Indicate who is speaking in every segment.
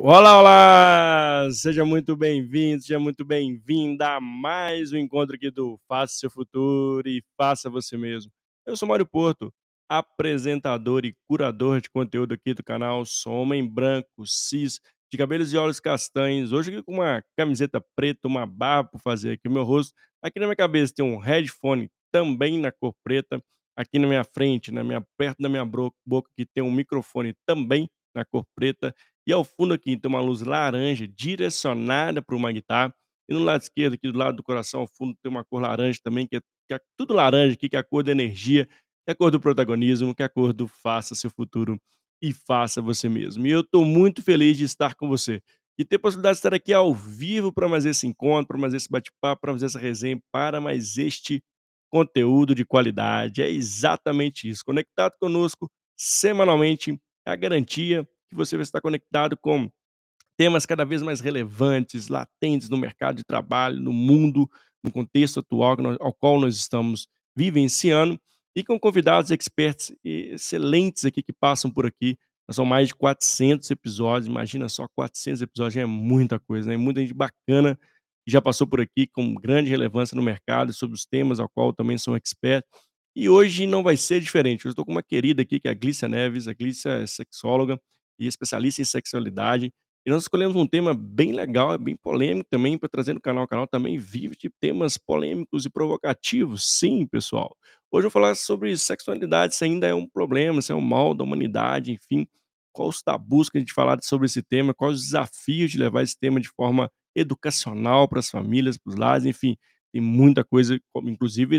Speaker 1: Olá, olá! Seja muito bem-vindo, seja muito bem-vinda a mais um encontro aqui do Faça Seu Futuro e Faça Você Mesmo. Eu sou Mário Porto, apresentador e curador de conteúdo aqui do canal. Sou homem branco, cis, de cabelos e olhos castanhos. Hoje aqui com uma camiseta preta, uma barba por fazer aqui o meu rosto. Aqui na minha cabeça tem um headphone também na cor preta. Aqui na minha frente, perto da minha boca, aqui tem um microfone também na cor preta. E ao fundo aqui tem uma luz laranja direcionada para uma guitarra. E no lado esquerdo, aqui do lado do coração, ao fundo, tem uma cor laranja também, que é tudo laranja aqui, que é a cor da energia, que é a cor do protagonismo, que é a cor do faça seu futuro e faça você mesmo. E eu estou muito feliz de estar com você. E ter a possibilidade de estar aqui ao vivo para mais esse encontro, para mais esse bate-papo, para mais essa resenha, para mais este conteúdo de qualidade. É exatamente isso. Conectado conosco semanalmente é a garantia que você vai estar conectado com temas cada vez mais relevantes, latentes no mercado de trabalho, no mundo, no contexto atual ao qual nós estamos vivenciando, e com convidados experts excelentes aqui que passam por aqui. São mais de 400 episódios, imagina só, 400 episódios já é muita coisa, né? Muita gente bacana que já passou por aqui com grande relevância no mercado, sobre os temas ao qual eu também sou expert. E hoje não vai ser diferente. Eu estou com uma querida aqui, que é a Glícia Neves. A Glícia é sexóloga e especialista em sexualidade. E nós escolhemos um tema bem legal, bem polêmico também para trazer no canal. O canal também vive de temas polêmicos e provocativos. Sim, pessoal. Hoje eu vou falar sobre sexualidade, se ainda é um problema, se é um mal da humanidade, enfim. Quais os tabus que a gente falar sobre esse tema, quais os desafios de levar esse tema de forma educacional para as famílias, para os lares, enfim. Tem muita coisa, inclusive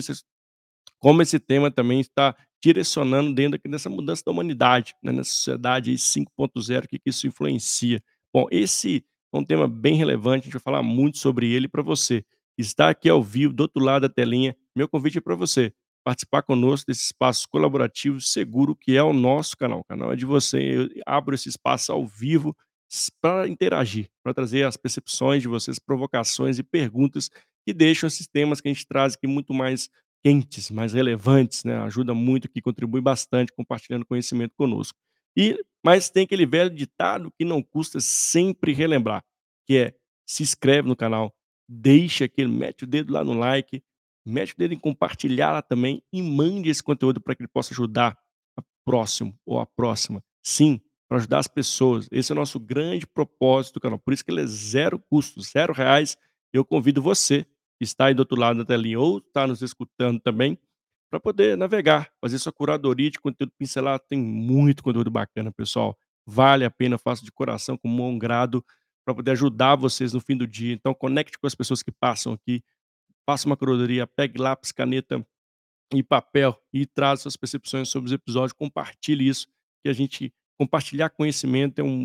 Speaker 1: como esse tema também está direcionando dentro aqui dessa mudança da humanidade, né, nessa sociedade aí 5.0, o que que isso influencia. Bom, esse é um tema bem relevante, a gente vai falar muito sobre ele para você. Está aqui ao vivo, do outro lado da telinha, meu convite é para você participar conosco desse espaço colaborativo seguro que é o nosso canal. O canal é de você, eu abro esse espaço ao vivo para interagir, para trazer as percepções de vocês, provocações e perguntas que deixam esses temas que a gente traz aqui muito mais quentes, mais relevantes, né, ajuda muito aqui, contribui bastante compartilhando conhecimento conosco. Mas tem aquele velho ditado que não custa sempre relembrar, que é: se inscreve no canal, deixa aquele mete o dedo lá no like, mete o dedo em compartilhar lá também e mande esse conteúdo para que ele possa ajudar a próximo ou a próxima. Sim, para ajudar as pessoas. Esse é o nosso grande propósito do canal, por isso que ele é zero custo, R$ 0. Eu convido você está aí do outro lado da telinha ou está nos escutando também, para poder navegar, fazer sua curadoria de conteúdo pincelado. Tem muito conteúdo bacana, pessoal. Vale a pena, faço de coração, com bom grado, para poder ajudar vocês no fim do dia. Então, conecte com as pessoas que passam aqui, faça uma curadoria, pegue lápis, caneta e papel e traz suas percepções sobre os episódios, compartilhe isso, que a gente compartilhar conhecimento é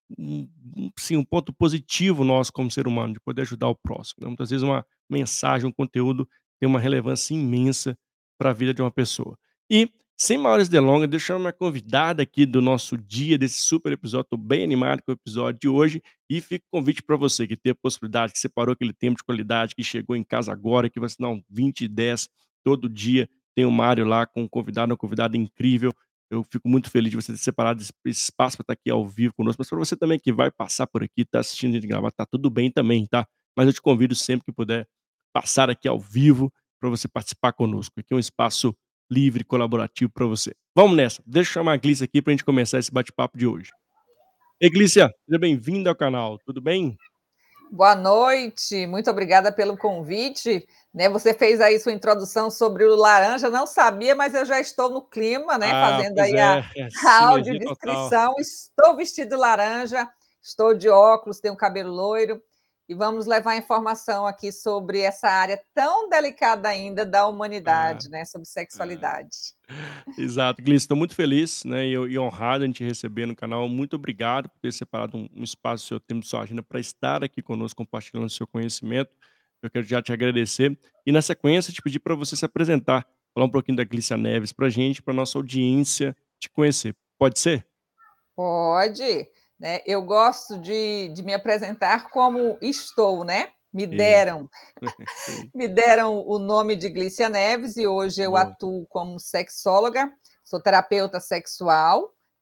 Speaker 1: sim, um ponto positivo nosso como ser humano, de poder ajudar o próximo, né. Muitas vezes uma mensagem, um conteúdo tem uma relevância imensa para a vida de uma pessoa. E, sem maiores delongas, deixa eu chamar minha convidada aqui do nosso dia, desse super episódio. Estou bem animado com o episódio de hoje e fica o convite para você que tem a possibilidade, que separou aquele tempo de qualidade, que chegou em casa agora, que vai assinar um 20/10 todo dia. Tem o Mário lá com um convidado, uma convidada incrível. Eu fico muito feliz de você ter separado esse espaço para estar aqui ao vivo conosco, mas para você também que vai passar por aqui, está assistindo a gente gravar, tá tudo bem também, tá? Mas eu te convido sempre que puder passar aqui ao vivo para você participar conosco. Aqui é um espaço livre, colaborativo para você. Vamos nessa. Deixa eu chamar a Glícia aqui para a gente começar esse bate-papo de hoje. Ei, Glícia, seja bem-vinda ao canal, tudo bem?
Speaker 2: Boa noite, muito obrigada pelo convite. Né, você fez aí sua introdução sobre o laranja, não sabia, mas eu já estou no clima, né,
Speaker 1: Ah,
Speaker 2: fazendo
Speaker 1: pois
Speaker 2: aí
Speaker 1: é,
Speaker 2: a
Speaker 1: sinergia total.
Speaker 2: audiodescrição. Estou vestido laranja, estou de óculos, tenho cabelo loiro, e vamos levar informação aqui sobre essa área tão delicada ainda da
Speaker 1: Ah,
Speaker 2: humanidade, né, sobre
Speaker 1: ah.
Speaker 2: sexualidade.
Speaker 1: Exato, Gleice, estou muito feliz, né, e honrado em te receber no canal. Muito obrigado por ter separado um espaço do seu tempo, da sua agenda, para estar aqui conosco, compartilhando o seu conhecimento. Eu quero já te agradecer. E na sequência, te pedir para você se apresentar, falar um pouquinho da Glícia Neves para a gente, para nossa audiência te conhecer. Pode ser?
Speaker 2: Pode, né? Eu gosto de me apresentar como estou, né? Me
Speaker 1: Isso.
Speaker 2: deram
Speaker 1: Sim,
Speaker 2: Me deram o nome de Glícia Neves e hoje eu
Speaker 1: boa.
Speaker 2: atuo como sexóloga, sou terapeuta sexual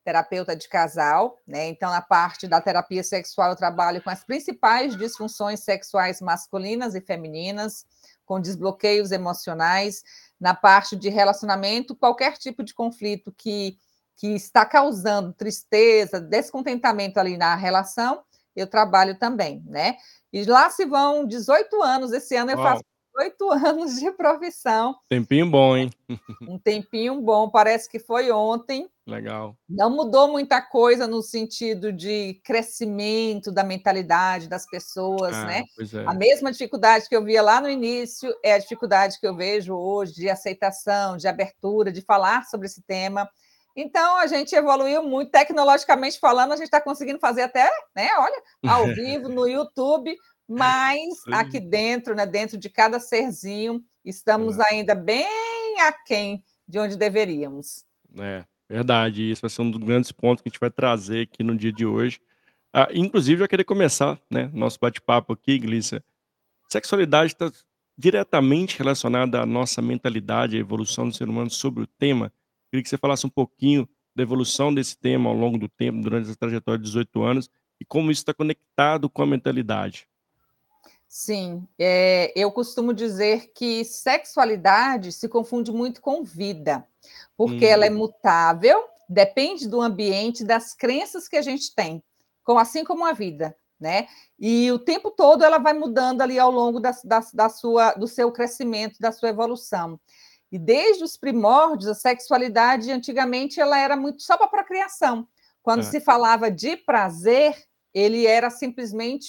Speaker 2: terapeuta de casal, né? Então, na parte da terapia sexual, eu trabalho com as principais disfunções sexuais masculinas e femininas, com desbloqueios emocionais. Na parte de relacionamento, qualquer tipo de conflito que está causando tristeza, descontentamento ali na relação, eu trabalho também, né? E lá se vão 18 anos, esse ano eu faço
Speaker 1: Uau,
Speaker 2: 18 anos de profissão,
Speaker 1: tempinho bom, hein.
Speaker 2: um tempinho bom, parece que foi ontem.
Speaker 1: Legal.
Speaker 2: Não mudou muita coisa no sentido de crescimento da mentalidade das pessoas,
Speaker 1: Ah,
Speaker 2: né?
Speaker 1: pois
Speaker 2: A
Speaker 1: é.
Speaker 2: mesma dificuldade que eu via lá no início é a dificuldade que eu vejo hoje de aceitação, de abertura, de falar sobre esse tema. Então, a gente evoluiu muito, tecnologicamente falando, a gente está conseguindo fazer até, né, olha, ao vivo, no YouTube, mas aqui
Speaker 1: Sim.
Speaker 2: dentro, né, dentro de cada serzinho, estamos
Speaker 1: É,
Speaker 2: ainda bem aquém de onde deveríamos.
Speaker 1: verdade. Isso vai ser um dos grandes pontos que a gente vai trazer aqui no dia de hoje. Inclusive eu queria começar, né, nosso bate-papo aqui, Glícia. Sexualidade está diretamente relacionada à nossa mentalidade, à evolução do ser humano sobre o tema. Queria que você falasse um pouquinho da evolução desse tema ao longo do tempo, durante essa trajetória de 18 anos, e como isso está conectado com a mentalidade.
Speaker 2: Sim, eu costumo dizer que sexualidade se confunde muito com vida, porque ela é
Speaker 1: Hum,
Speaker 2: mutável, depende do ambiente, das crenças que a gente tem, assim como a vida, né? E o tempo todo ela vai mudando ali ao longo do seu crescimento, da sua evolução. E desde os primórdios, a sexualidade, antigamente, ela era muito só para procriação. Quando
Speaker 1: é,
Speaker 2: se falava de prazer, ele era simplesmente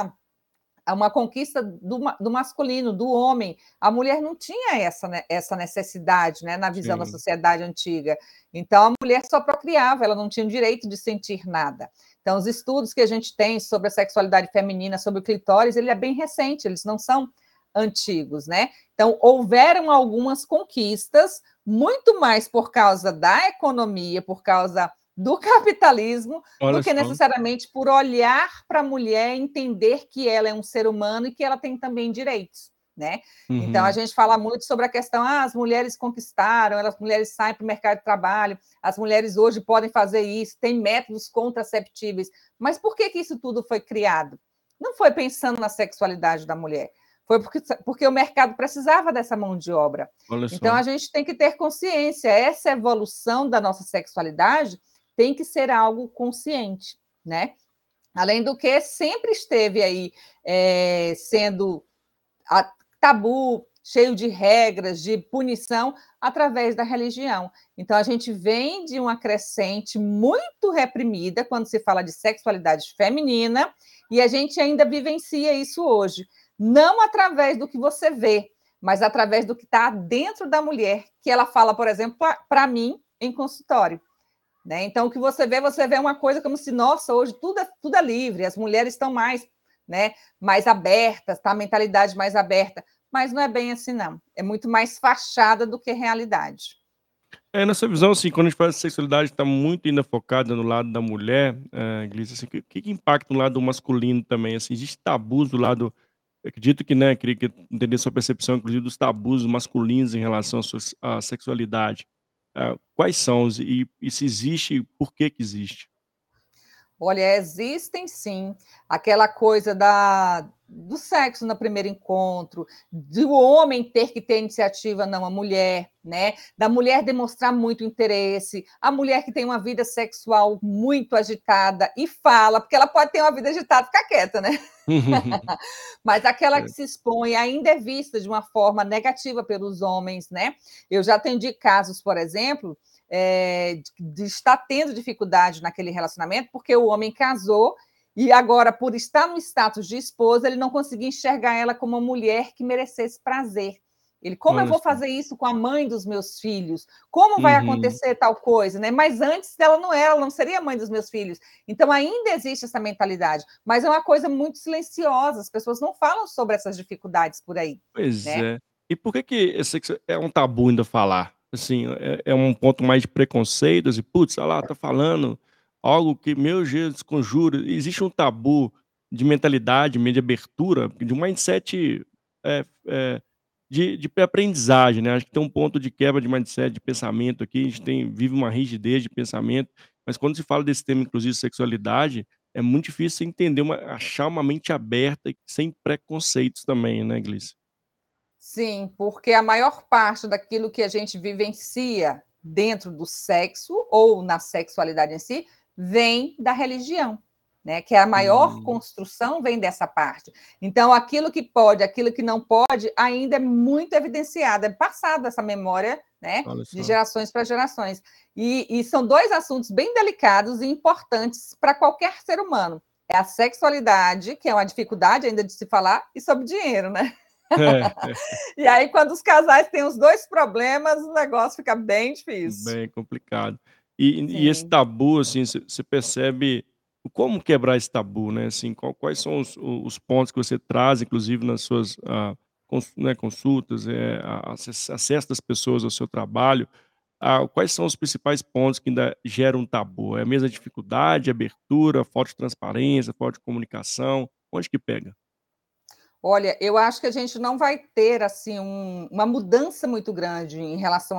Speaker 2: uma conquista do masculino, do homem. A mulher não tinha essa necessidade, né, na visão da
Speaker 1: sim.
Speaker 2: sociedade antiga. Então, a mulher só procriava, ela não tinha o direito de sentir nada. Então, os estudos que a gente tem sobre a sexualidade feminina, sobre o clitóris, ele é bem recente, eles não são antigos, né? Então, houveram algumas conquistas, muito mais por causa da economia, por causa do capitalismo, do
Speaker 1: Olha
Speaker 2: que
Speaker 1: só.
Speaker 2: necessariamente por olhar para a mulher, entender que ela é um ser humano e que ela tem também direitos, né? Então a
Speaker 1: Uhum.
Speaker 2: gente fala muito sobre a questão, as mulheres conquistaram, as mulheres saem para o mercado de trabalho, as mulheres hoje podem fazer isso, tem métodos contraceptíveis, mas por que isso tudo foi criado? Não foi pensando na sexualidade da mulher, foi porque o mercado precisava dessa mão de obra.
Speaker 1: Olha
Speaker 2: Então
Speaker 1: só.
Speaker 2: a gente tem que ter consciência, essa evolução da nossa sexualidade tem que ser algo consciente, né? Além do que sempre esteve aí sendo tabu, cheio de regras, de punição, através da religião. Então, a gente vem de uma crescente muito reprimida quando se fala de sexualidade feminina, e a gente ainda vivencia isso hoje. Não através do que você vê, mas através do que está dentro da mulher, que ela fala, por exemplo, para mim, em consultório. Né? Então, o que você vê uma coisa como se, nossa, hoje tudo é livre, as mulheres estão mais, né, mais abertas, tá? A mentalidade mais aberta. Mas não é bem assim, não. É muito mais fachada do que realidade.
Speaker 1: Nessa visão, assim, quando a gente fala de sexualidade, está muito ainda focada no lado da mulher, Glícia, assim, que impacta no lado masculino também, assim, existe tabus do lado eu acredito que, né, queria entender sua percepção, inclusive, dos tabus masculinos em relação à sexualidade. Quais são os e se existe, por que que existe?
Speaker 2: Olha, existem sim. Aquela coisa do sexo no primeiro encontro, do homem ter que ter iniciativa, não a mulher, né? Da mulher demonstrar muito interesse, a mulher que tem uma vida sexual muito agitada e fala, porque ela pode ter uma vida agitada e ficar quieta, né? Mas aquela que
Speaker 1: É.
Speaker 2: se expõe ainda é vista de uma forma negativa pelos homens, né? Eu já atendi casos, por exemplo, de estar tendo dificuldade naquele relacionamento, porque o homem casou e agora, por estar no status de esposa, ele não conseguia enxergar ela como uma mulher que merecesse prazer. Ele, como eu
Speaker 1: Olha
Speaker 2: vou
Speaker 1: só.
Speaker 2: fazer isso com a mãe dos meus filhos? Como vai
Speaker 1: Uhum.
Speaker 2: acontecer tal coisa? Né? Mas antes ela não seria a mãe dos meus filhos. Então ainda existe essa mentalidade, mas é uma coisa muito silenciosa, as pessoas não falam sobre essas dificuldades por aí,
Speaker 1: Pois
Speaker 2: né?
Speaker 1: é. E por que que é um tabu ainda falar? Assim, é um ponto mais de preconceito, assim, "Putz, olha lá, tá falando algo que, meu Jesus, conjura". Existe um tabu de mentalidade, meio de abertura, de um mindset, de pré-aprendizagem, né. Acho que tem um ponto de quebra de mindset, de pensamento aqui, a gente vive uma rigidez de pensamento, mas quando se fala desse tema, inclusive sexualidade, é muito difícil você entender achar uma mente aberta e sem preconceitos também, né, Glice?
Speaker 2: Sim, porque a maior parte daquilo que a gente vivencia dentro do sexo ou na sexualidade em si vem da religião, né? Que é a maior
Speaker 1: Hum,
Speaker 2: construção vem dessa parte. Então, aquilo que pode, aquilo que não pode, ainda é muito evidenciado, é passado essa memória, né?
Speaker 1: olha
Speaker 2: De
Speaker 1: só.
Speaker 2: gerações para gerações. E são dois assuntos bem delicados e importantes para qualquer ser humano. É a sexualidade, que é uma dificuldade ainda de se falar, e sobre dinheiro, né?
Speaker 1: É,
Speaker 2: E aí, quando os casais têm os dois problemas, o negócio fica bem difícil.
Speaker 1: bem complicado. E esse
Speaker 2: Sim,
Speaker 1: tabu, assim, você percebe como quebrar esse tabu, né, assim, quais são os pontos que você traz, inclusive nas suas, né, consultas, acesso das pessoas ao seu trabalho, quais são os principais pontos que ainda geram um tabu? É a mesma dificuldade, abertura, falta de transparência, falta de comunicação? Onde que pega?
Speaker 2: olha, eu acho que a gente não vai ter assim uma mudança muito grande em relação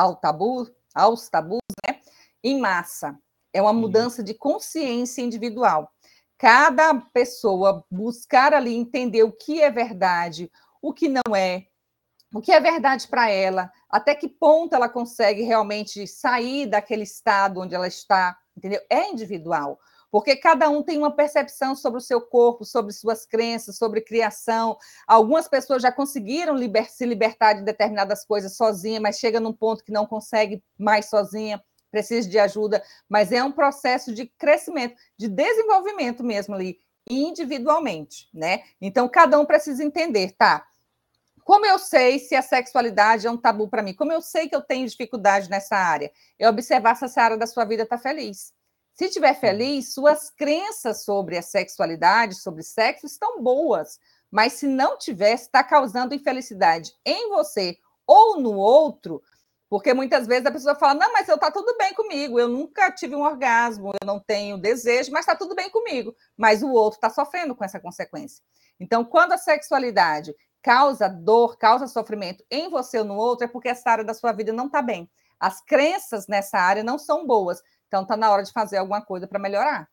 Speaker 2: aos tabus em massa. É uma
Speaker 1: Hum,
Speaker 2: mudança de consciência individual. Cada pessoa buscar ali entender o que é verdade, o que não é, o que é verdade para ela, até que ponto ela consegue realmente sair daquele estado onde ela está, entendeu? É individual, porque cada um tem uma percepção sobre o seu corpo, sobre suas crenças, sobre criação. Algumas pessoas já conseguiram se libertar de determinadas coisas sozinha, mas chega num ponto que não consegue mais sozinha, precisa de ajuda, mas é um processo de crescimento, de desenvolvimento mesmo ali, individualmente, né? Então cada um precisa entender, tá? Como eu sei se a sexualidade é um tabu para mim? Como eu sei que eu tenho dificuldade nessa área? É observar se essa área da sua vida está feliz. Se estiver
Speaker 1: hum,
Speaker 2: feliz, suas crenças sobre a sexualidade, sobre sexo, estão boas. Mas se não tiver, está causando infelicidade em você ou no outro, porque muitas vezes a pessoa fala: não, mas eu está tudo bem comigo, eu nunca tive um orgasmo, eu não tenho desejo, mas está tudo bem comigo. Mas o outro está sofrendo com essa consequência. Então, quando a sexualidade causa dor, causa sofrimento em você ou no outro, é porque essa área da sua vida não está bem. As crenças nessa área não são boas. Então, está na hora de fazer alguma coisa para melhorar.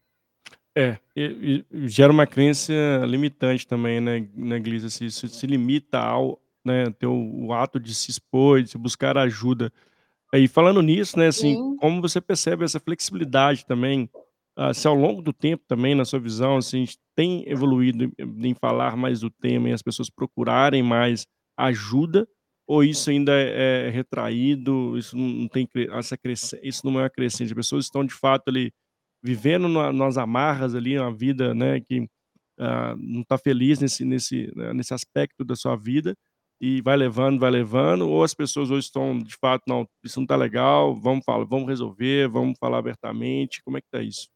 Speaker 1: e gera uma crença limitante também, né, Glice, assim, isso se limita ao, né, ter o ato de se expor, de se buscar ajuda. E falando nisso, né, assim,
Speaker 2: Sim.
Speaker 1: como você percebe essa flexibilidade também, se ao longo do tempo também, na sua visão, assim, a gente tem evoluído em falar mais do tema e as pessoas procurarem mais ajuda, ou isso ainda é retraído, isso não tem isso não é uma crescente, as pessoas estão de fato ali vivendo nas amarras ali, uma vida, né, que, não está feliz nesse aspecto da sua vida, e vai levando, ou as pessoas hoje estão de fato: "Não, isso não tá legal, vamos resolver, vamos falar abertamente", como é que tá isso?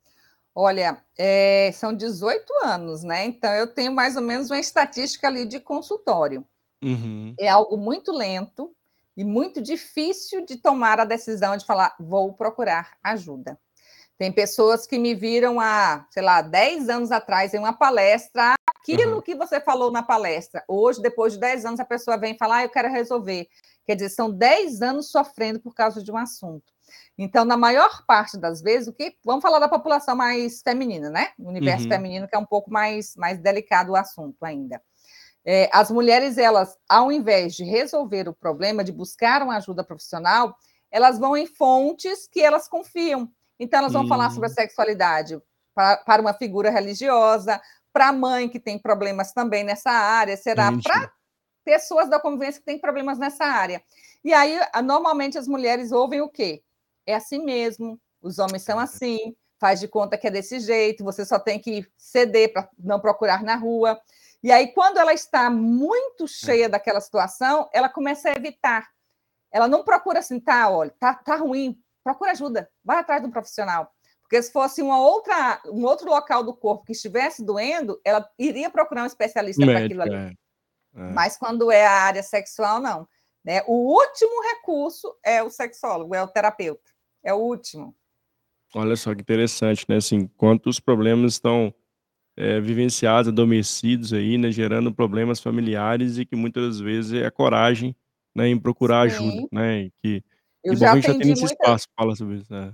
Speaker 2: Olha, são 18 anos, né? Então, eu tenho mais ou menos uma estatística ali de consultório.
Speaker 1: Uhum,
Speaker 2: É algo muito lento e muito difícil de tomar a decisão de falar: vou procurar ajuda. Tem pessoas que me viram há, sei lá, 10 anos atrás em uma palestra, aquilo
Speaker 1: aham.
Speaker 2: que você falou na palestra. Hoje, depois de 10 anos, a pessoa vem falar: eu quero resolver. Quer dizer, são 10 anos sofrendo por causa de um assunto. Então, na maior parte das vezes, vamos falar da população mais feminina, né? O universo
Speaker 1: Uhum.
Speaker 2: feminino, que é um pouco mais delicado o assunto ainda. As mulheres, elas, ao invés de resolver o problema, de buscar uma ajuda profissional, elas vão em fontes que elas confiam. Então, elas vão falar sobre a
Speaker 1: Hum,
Speaker 2: sexualidade para uma figura religiosa, para a mãe que tem problemas também nessa área, será para
Speaker 1: entendi.
Speaker 2: pessoas da convivência que têm problemas nessa área. E aí, normalmente, as mulheres ouvem o quê? É assim mesmo, os homens são assim, faz de conta que é desse jeito, você só tem que ceder para não procurar na rua. E aí, quando ela está muito
Speaker 1: É.
Speaker 2: cheia daquela situação, ela começa a evitar. Ela não procura assim, tá, olha, tá ruim, procura ajuda, vai atrás de um profissional. Porque se fosse um outro local do corpo que estivesse doendo, ela iria procurar um especialista para aquilo
Speaker 1: Médico,
Speaker 2: ali.
Speaker 1: é.
Speaker 2: Mas quando é a área sexual, não. Né? O último recurso é o sexólogo, é o terapeuta. É o último.
Speaker 1: Olha só que interessante, né, assim, quantos problemas estão, vivenciados, adormecidos aí, né, gerando problemas familiares e que muitas das vezes é a coragem, né, em procurar ajuda,
Speaker 2: Sim.
Speaker 1: né, e
Speaker 2: Eu
Speaker 1: bom
Speaker 2: já
Speaker 1: que a gente tá tendo
Speaker 2: atendi
Speaker 1: esse
Speaker 2: muita,
Speaker 1: espaço pra falar sobre isso. É.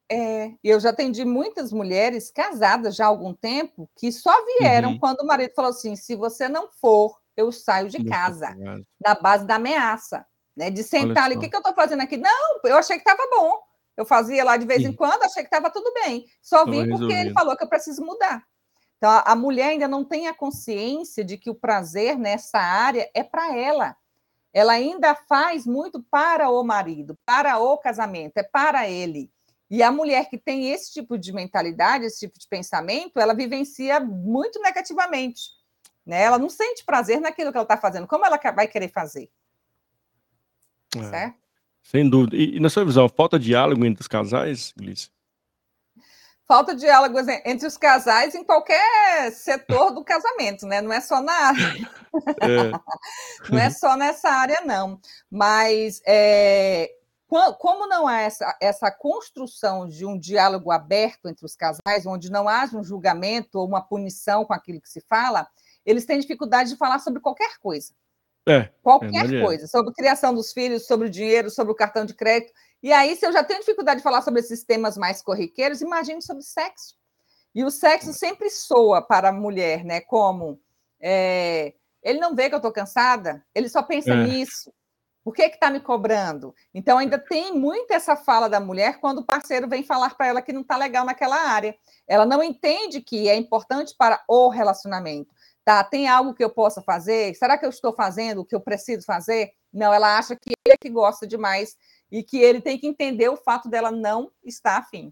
Speaker 2: Eu já atendi muitas mulheres casadas já há algum tempo que só vieram
Speaker 1: Uhum.
Speaker 2: quando o marido falou assim: se você não for, eu saio de
Speaker 1: Deixa pra
Speaker 2: casa,
Speaker 1: casa.
Speaker 2: na base da ameaça, né? De
Speaker 1: Olha
Speaker 2: sentar ali, o que,
Speaker 1: só.
Speaker 2: que eu estou fazendo aqui? Não, eu achei que estava bom. Eu fazia lá de vez em
Speaker 1: Ih,
Speaker 2: quando, achei que estava tudo bem. Só
Speaker 1: estava
Speaker 2: vim porque ele
Speaker 1: resolvido.
Speaker 2: falou que eu preciso mudar. Então, a mulher ainda não tem a consciência de que o prazer nessa área é para ela. Ela ainda faz muito para o marido, para o casamento, é para ele. E a mulher que tem esse tipo de mentalidade, esse tipo de pensamento, ela vivencia muito negativamente. Né? Ela não sente prazer naquilo que ela está fazendo. Como ela vai querer fazer?
Speaker 1: É,
Speaker 2: Certo?
Speaker 1: sem dúvida. E na sua visão, falta diálogo entre os casais, Glícia?
Speaker 2: Falta diálogo entre os casais em qualquer setor do casamento, né? Não é só
Speaker 1: É.
Speaker 2: não é só nessa área, não. Mas como não há essa construção de um diálogo aberto entre os casais, onde não haja um julgamento ou uma punição com aquilo que se fala, eles têm dificuldade de falar sobre qualquer coisa.
Speaker 1: É,
Speaker 2: Qualquer
Speaker 1: verdade é essa.
Speaker 2: coisa, sobre criação dos filhos, sobre o dinheiro, sobre o cartão de crédito. E aí, se eu já tenho dificuldade de falar sobre esses temas mais corriqueiros, imagine sobre sexo. E o sexo sempre soa para a mulher, né? Como ele não vê que eu estou cansada, ele só pensa
Speaker 1: É,
Speaker 2: nisso. Por que está me cobrando? Então, ainda tem muito essa fala da mulher quando o parceiro vem falar para ela que não está legal naquela área. Ela não entende que é importante para o relacionamento. Tá, tem algo que eu possa fazer? Será que eu estou fazendo o que eu preciso fazer? Não, ela acha que ele é que gosta demais e que ele tem que entender o fato dela não estar afim.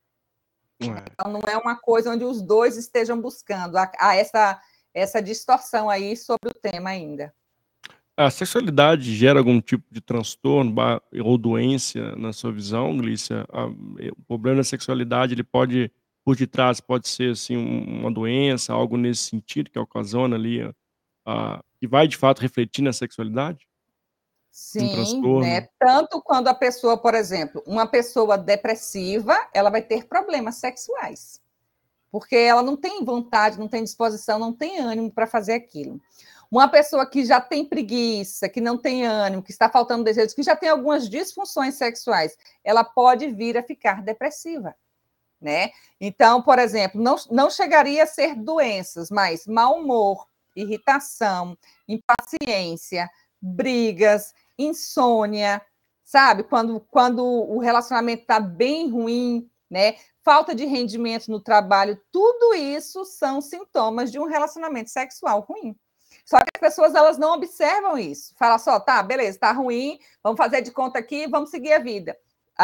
Speaker 1: é.
Speaker 2: Então, não é uma coisa onde os dois estejam buscando. Há essa distorção aí sobre o tema ainda.
Speaker 1: A sexualidade gera algum tipo de transtorno ou doença na sua visão, Glícia? O problema da sexualidade, ele pode, por detrás, pode ser assim uma doença, algo nesse sentido que ocasiona ali, que vai de fato refletir na sexualidade? Um
Speaker 2: Sim, né?
Speaker 1: transtorno?
Speaker 2: Tanto quando a pessoa, por exemplo, uma pessoa depressiva, ela vai ter problemas sexuais, porque ela não tem vontade, não tem disposição, não tem ânimo para fazer aquilo. Uma pessoa que já tem preguiça, que não tem ânimo, que está faltando desejo, que já tem algumas disfunções sexuais, ela pode vir a ficar depressiva, né? Então, por exemplo, não chegaria a ser doenças, mas mau humor, irritação, impaciência, brigas, insônia, sabe? Quando o relacionamento está bem ruim, né? Falta de rendimento no trabalho, tudo isso são sintomas de um relacionamento sexual ruim. Só que as pessoas elas não observam isso. Fala só, tá, beleza, tá ruim, vamos fazer de conta aqui, vamos seguir a vida.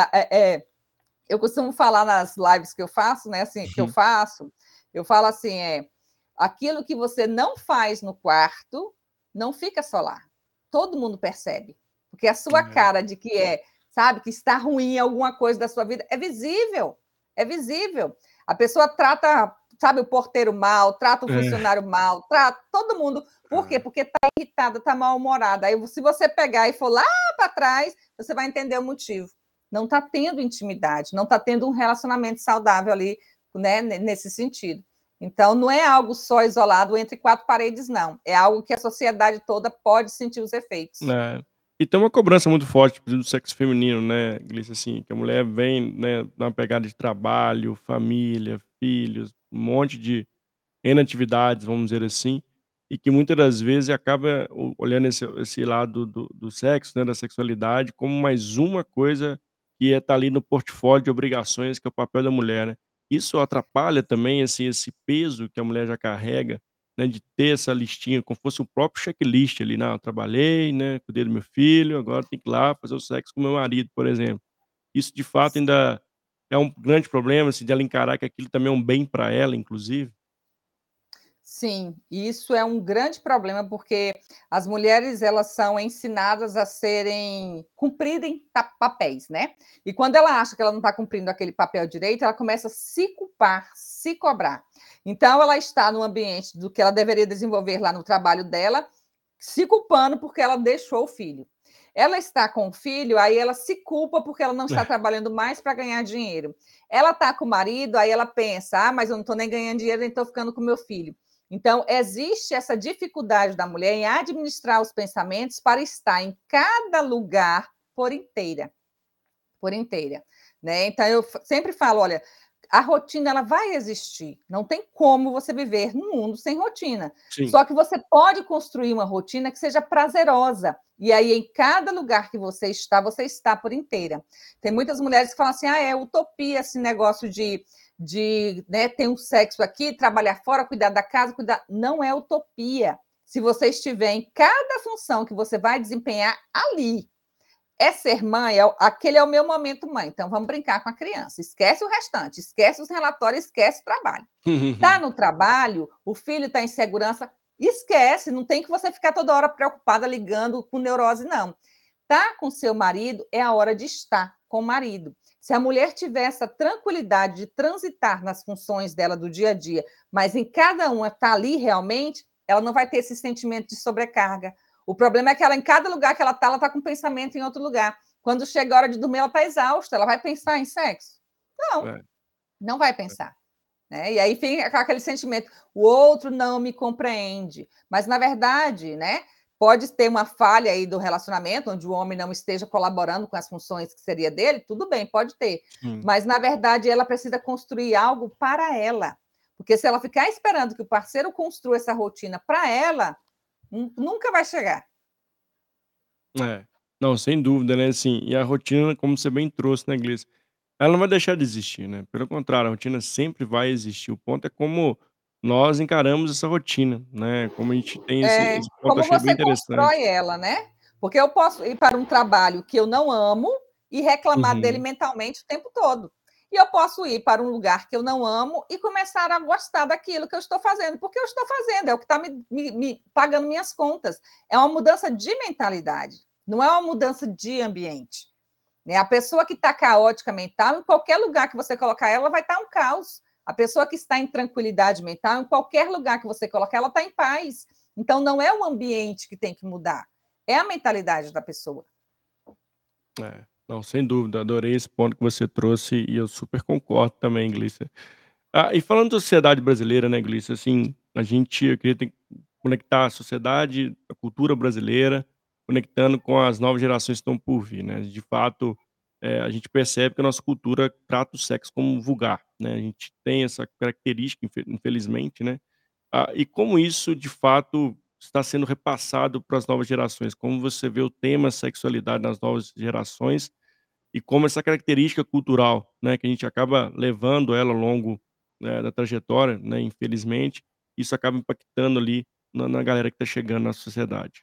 Speaker 2: Eu costumo falar nas lives que eu faço, né? Assim, que
Speaker 1: Uhum.
Speaker 2: eu falo assim: aquilo que você não faz no quarto não fica só lá. Todo mundo percebe. Porque a sua
Speaker 1: É,
Speaker 2: cara de que sabe, que está ruim alguma coisa da sua vida, é visível. É visível. A pessoa trata, sabe, o porteiro mal, trata o
Speaker 1: é,
Speaker 2: funcionário mal, trata todo mundo. Por quê?
Speaker 1: é.
Speaker 2: Porque está irritada, está mal-humorada. Aí, se você pegar e for lá para trás, você vai entender o motivo. Não está tendo intimidade, não está tendo um relacionamento saudável ali, né, nesse sentido. Então, não é algo só isolado entre quatro paredes, não. É algo que a sociedade toda pode sentir os efeitos.
Speaker 1: É. E tem uma cobrança muito forte do sexo feminino, né, Glícia, assim, que a mulher vem, né, numa pegada de trabalho, família, filhos, um monte de N atividades, vamos dizer assim, e que muitas das vezes acaba olhando esse lado do sexo, né, da sexualidade, como mais uma coisa que tá ali no portfólio de obrigações, que é o papel da mulher, né. Isso atrapalha também, assim, esse peso que a mulher já carrega, né, de ter essa listinha como fosse o próprio checklist ali, "Não, eu trabalhei, né, cuidei do meu filho, agora tem que ir lá fazer o sexo com meu marido", por exemplo. Isso de fato ainda é um grande problema, assim, dela encarar que aquilo também é um bem para ela, inclusive?
Speaker 2: Sim, isso é um grande problema, porque as mulheres elas são ensinadas a cumprirem papéis, né? E quando ela acha que ela não está cumprindo aquele papel direito, ela começa a se culpar, se cobrar. Então, ela está no ambiente do que ela deveria desenvolver lá no trabalho dela, se culpando porque ela deixou o filho. Ela está com o filho, aí ela se culpa porque ela não está trabalhando mais para ganhar dinheiro. Ela está com o marido, aí ela pensa: mas eu não estou nem ganhando dinheiro, nem estou ficando com meu filho. Então, existe essa dificuldade da mulher em administrar os pensamentos para estar em cada lugar por inteira, né? Então, eu sempre falo, olha, a rotina ela vai existir, não tem como você viver num mundo sem rotina.
Speaker 1: Sim.
Speaker 2: Só que você pode construir uma rotina que seja prazerosa. E aí, em cada lugar que você está por inteira. Tem muitas mulheres que falam assim: é utopia esse negócio de né, ter um sexo aqui, trabalhar fora, cuidar da casa, cuidar. Não é utopia. Se você estiver em cada função que você vai desempenhar ali, ser mãe, aquele é o meu momento mãe. Então, vamos brincar com a criança. Esquece o restante, esquece os relatórios, esquece o trabalho. Está no trabalho, o filho está em segurança, esquece, não tem que você ficar toda hora preocupada ligando com neurose, não. Tá com seu marido, é a hora de estar com o marido. Se a mulher tiver essa tranquilidade de transitar nas funções dela do dia a dia, mas em cada uma está ali realmente, ela não vai ter esse sentimento de sobrecarga. O problema é que ela, em cada lugar que ela está com pensamento em outro lugar. Quando chega a hora de dormir, ela está exausta. Ela vai pensar em sexo? Não,
Speaker 1: É.
Speaker 2: não vai pensar. Né? E aí fica aquele sentimento, o outro não me compreende. Mas, na verdade, né, pode ter uma falha aí do relacionamento, onde o homem não esteja colaborando com as funções que seria dele, tudo bem, pode ter.
Speaker 1: Sim.
Speaker 2: Mas, na verdade, ela precisa construir algo para ela. Porque se ela ficar esperando que o parceiro construa essa rotina para ela, nunca vai chegar.
Speaker 1: É. Não, sem dúvida, né, assim, e a rotina, como você bem trouxe, né, Gleice, ela não vai deixar de existir, né, pelo contrário, a rotina sempre vai existir, o ponto é como nós encaramos essa rotina, né, como a gente tem esse ponto,
Speaker 2: Como
Speaker 1: achei bem
Speaker 2: você
Speaker 1: interessante.
Speaker 2: constrói ela, né? Porque eu posso ir para um trabalho que eu não amo e reclamar dele
Speaker 1: Uhum.
Speaker 2: mentalmente o tempo todo. E eu posso ir para um lugar que eu não amo e começar a gostar daquilo que eu estou fazendo, porque eu estou fazendo, é o que está me pagando minhas contas. É uma mudança de mentalidade, não é uma mudança de ambiente. Né? A pessoa que está caótica mental, em qualquer lugar que você colocar ela, vai estar um caos. A pessoa que está em tranquilidade mental, em qualquer lugar que você colocar, ela está em paz. Então, não é o ambiente que tem que mudar, é a mentalidade da pessoa.
Speaker 1: É. Não, sem dúvida, adorei esse ponto que você trouxe e eu super concordo também, Gleice. Ah, e falando da sociedade brasileira, né, Gleice, assim, eu queria conectar a sociedade, a cultura brasileira, conectando com as novas gerações que estão por vir, né. De fato, a gente percebe que a nossa cultura trata o sexo como vulgar, né, a gente tem essa característica infelizmente, né. Ah, e como isso, de fato, está sendo repassado para as novas gerações? Como você vê o tema sexualidade nas novas gerações e como essa característica cultural, né, que a gente acaba levando ela ao longo, da trajetória, né, infelizmente, isso acaba impactando ali na galera que está chegando na sociedade.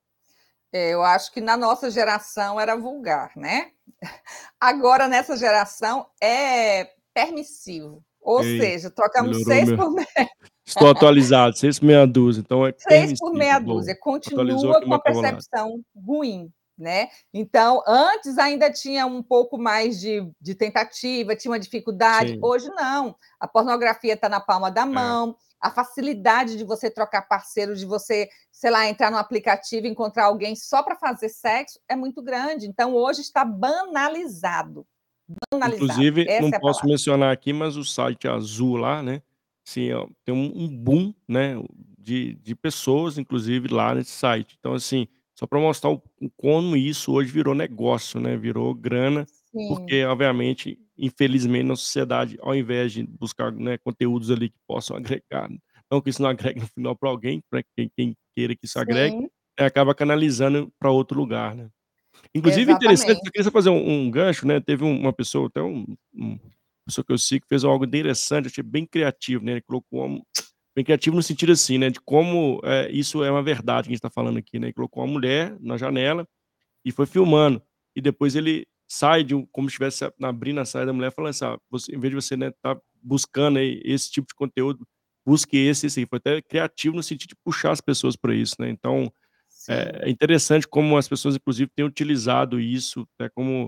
Speaker 2: Eu acho que na nossa geração era vulgar, né? Agora, nessa geração, é permissivo. Ou
Speaker 1: Ei,
Speaker 2: seja, trocamos
Speaker 1: melhorou
Speaker 2: seis
Speaker 1: meu
Speaker 2: por
Speaker 1: estou atualizado, 6 por meia dúzia, então é
Speaker 2: 6 por
Speaker 1: permissível,
Speaker 2: meia
Speaker 1: boa.
Speaker 2: dúzia,
Speaker 1: Atualizou
Speaker 2: continua
Speaker 1: aqui o
Speaker 2: com
Speaker 1: meu
Speaker 2: a
Speaker 1: vocabulário.
Speaker 2: percepção ruim, né. Então, antes ainda tinha um pouco mais de tentativa, tinha uma dificuldade,
Speaker 1: Sim,
Speaker 2: hoje não, a pornografia está na palma da
Speaker 1: é,
Speaker 2: mão, a facilidade de você trocar parceiro, de você, sei lá, entrar no aplicativo e encontrar alguém só para fazer sexo, é muito grande, então hoje está banalizado, banalizado,
Speaker 1: inclusive, não
Speaker 2: essa é a
Speaker 1: posso
Speaker 2: palavra.
Speaker 1: mencionar aqui, mas o site azul lá, né, sim, ó, tem um boom, né, de pessoas, inclusive, lá nesse site. Então, assim, só para mostrar o como isso hoje virou negócio, né, virou grana,
Speaker 2: Sim,
Speaker 1: porque, obviamente, infelizmente, na sociedade, ao invés de buscar, né, conteúdos ali que possam agregar, não que isso não agregue no final para alguém, para quem queira que isso agregue,
Speaker 2: sim,
Speaker 1: acaba canalizando para outro lugar, né. Inclusive interessante, eu
Speaker 2: exatamente.
Speaker 1: queria só fazer um gancho, né, teve uma pessoa, até pessoa que eu sigo, que fez algo interessante, achei bem criativo, né, ele colocou bem criativo no sentido assim, né, de como, isso é uma verdade que a gente tá falando aqui, né, ele colocou uma mulher na janela e foi filmando, e depois ele sai como se estivesse abrindo a saia da mulher falando assim: "Ah, você em vez de você, né, tá buscando aí esse tipo de conteúdo, busque esse aí", foi até criativo no sentido de puxar as pessoas para isso, né, então
Speaker 2: Sim.
Speaker 1: é interessante como as pessoas, inclusive, têm utilizado isso, até como,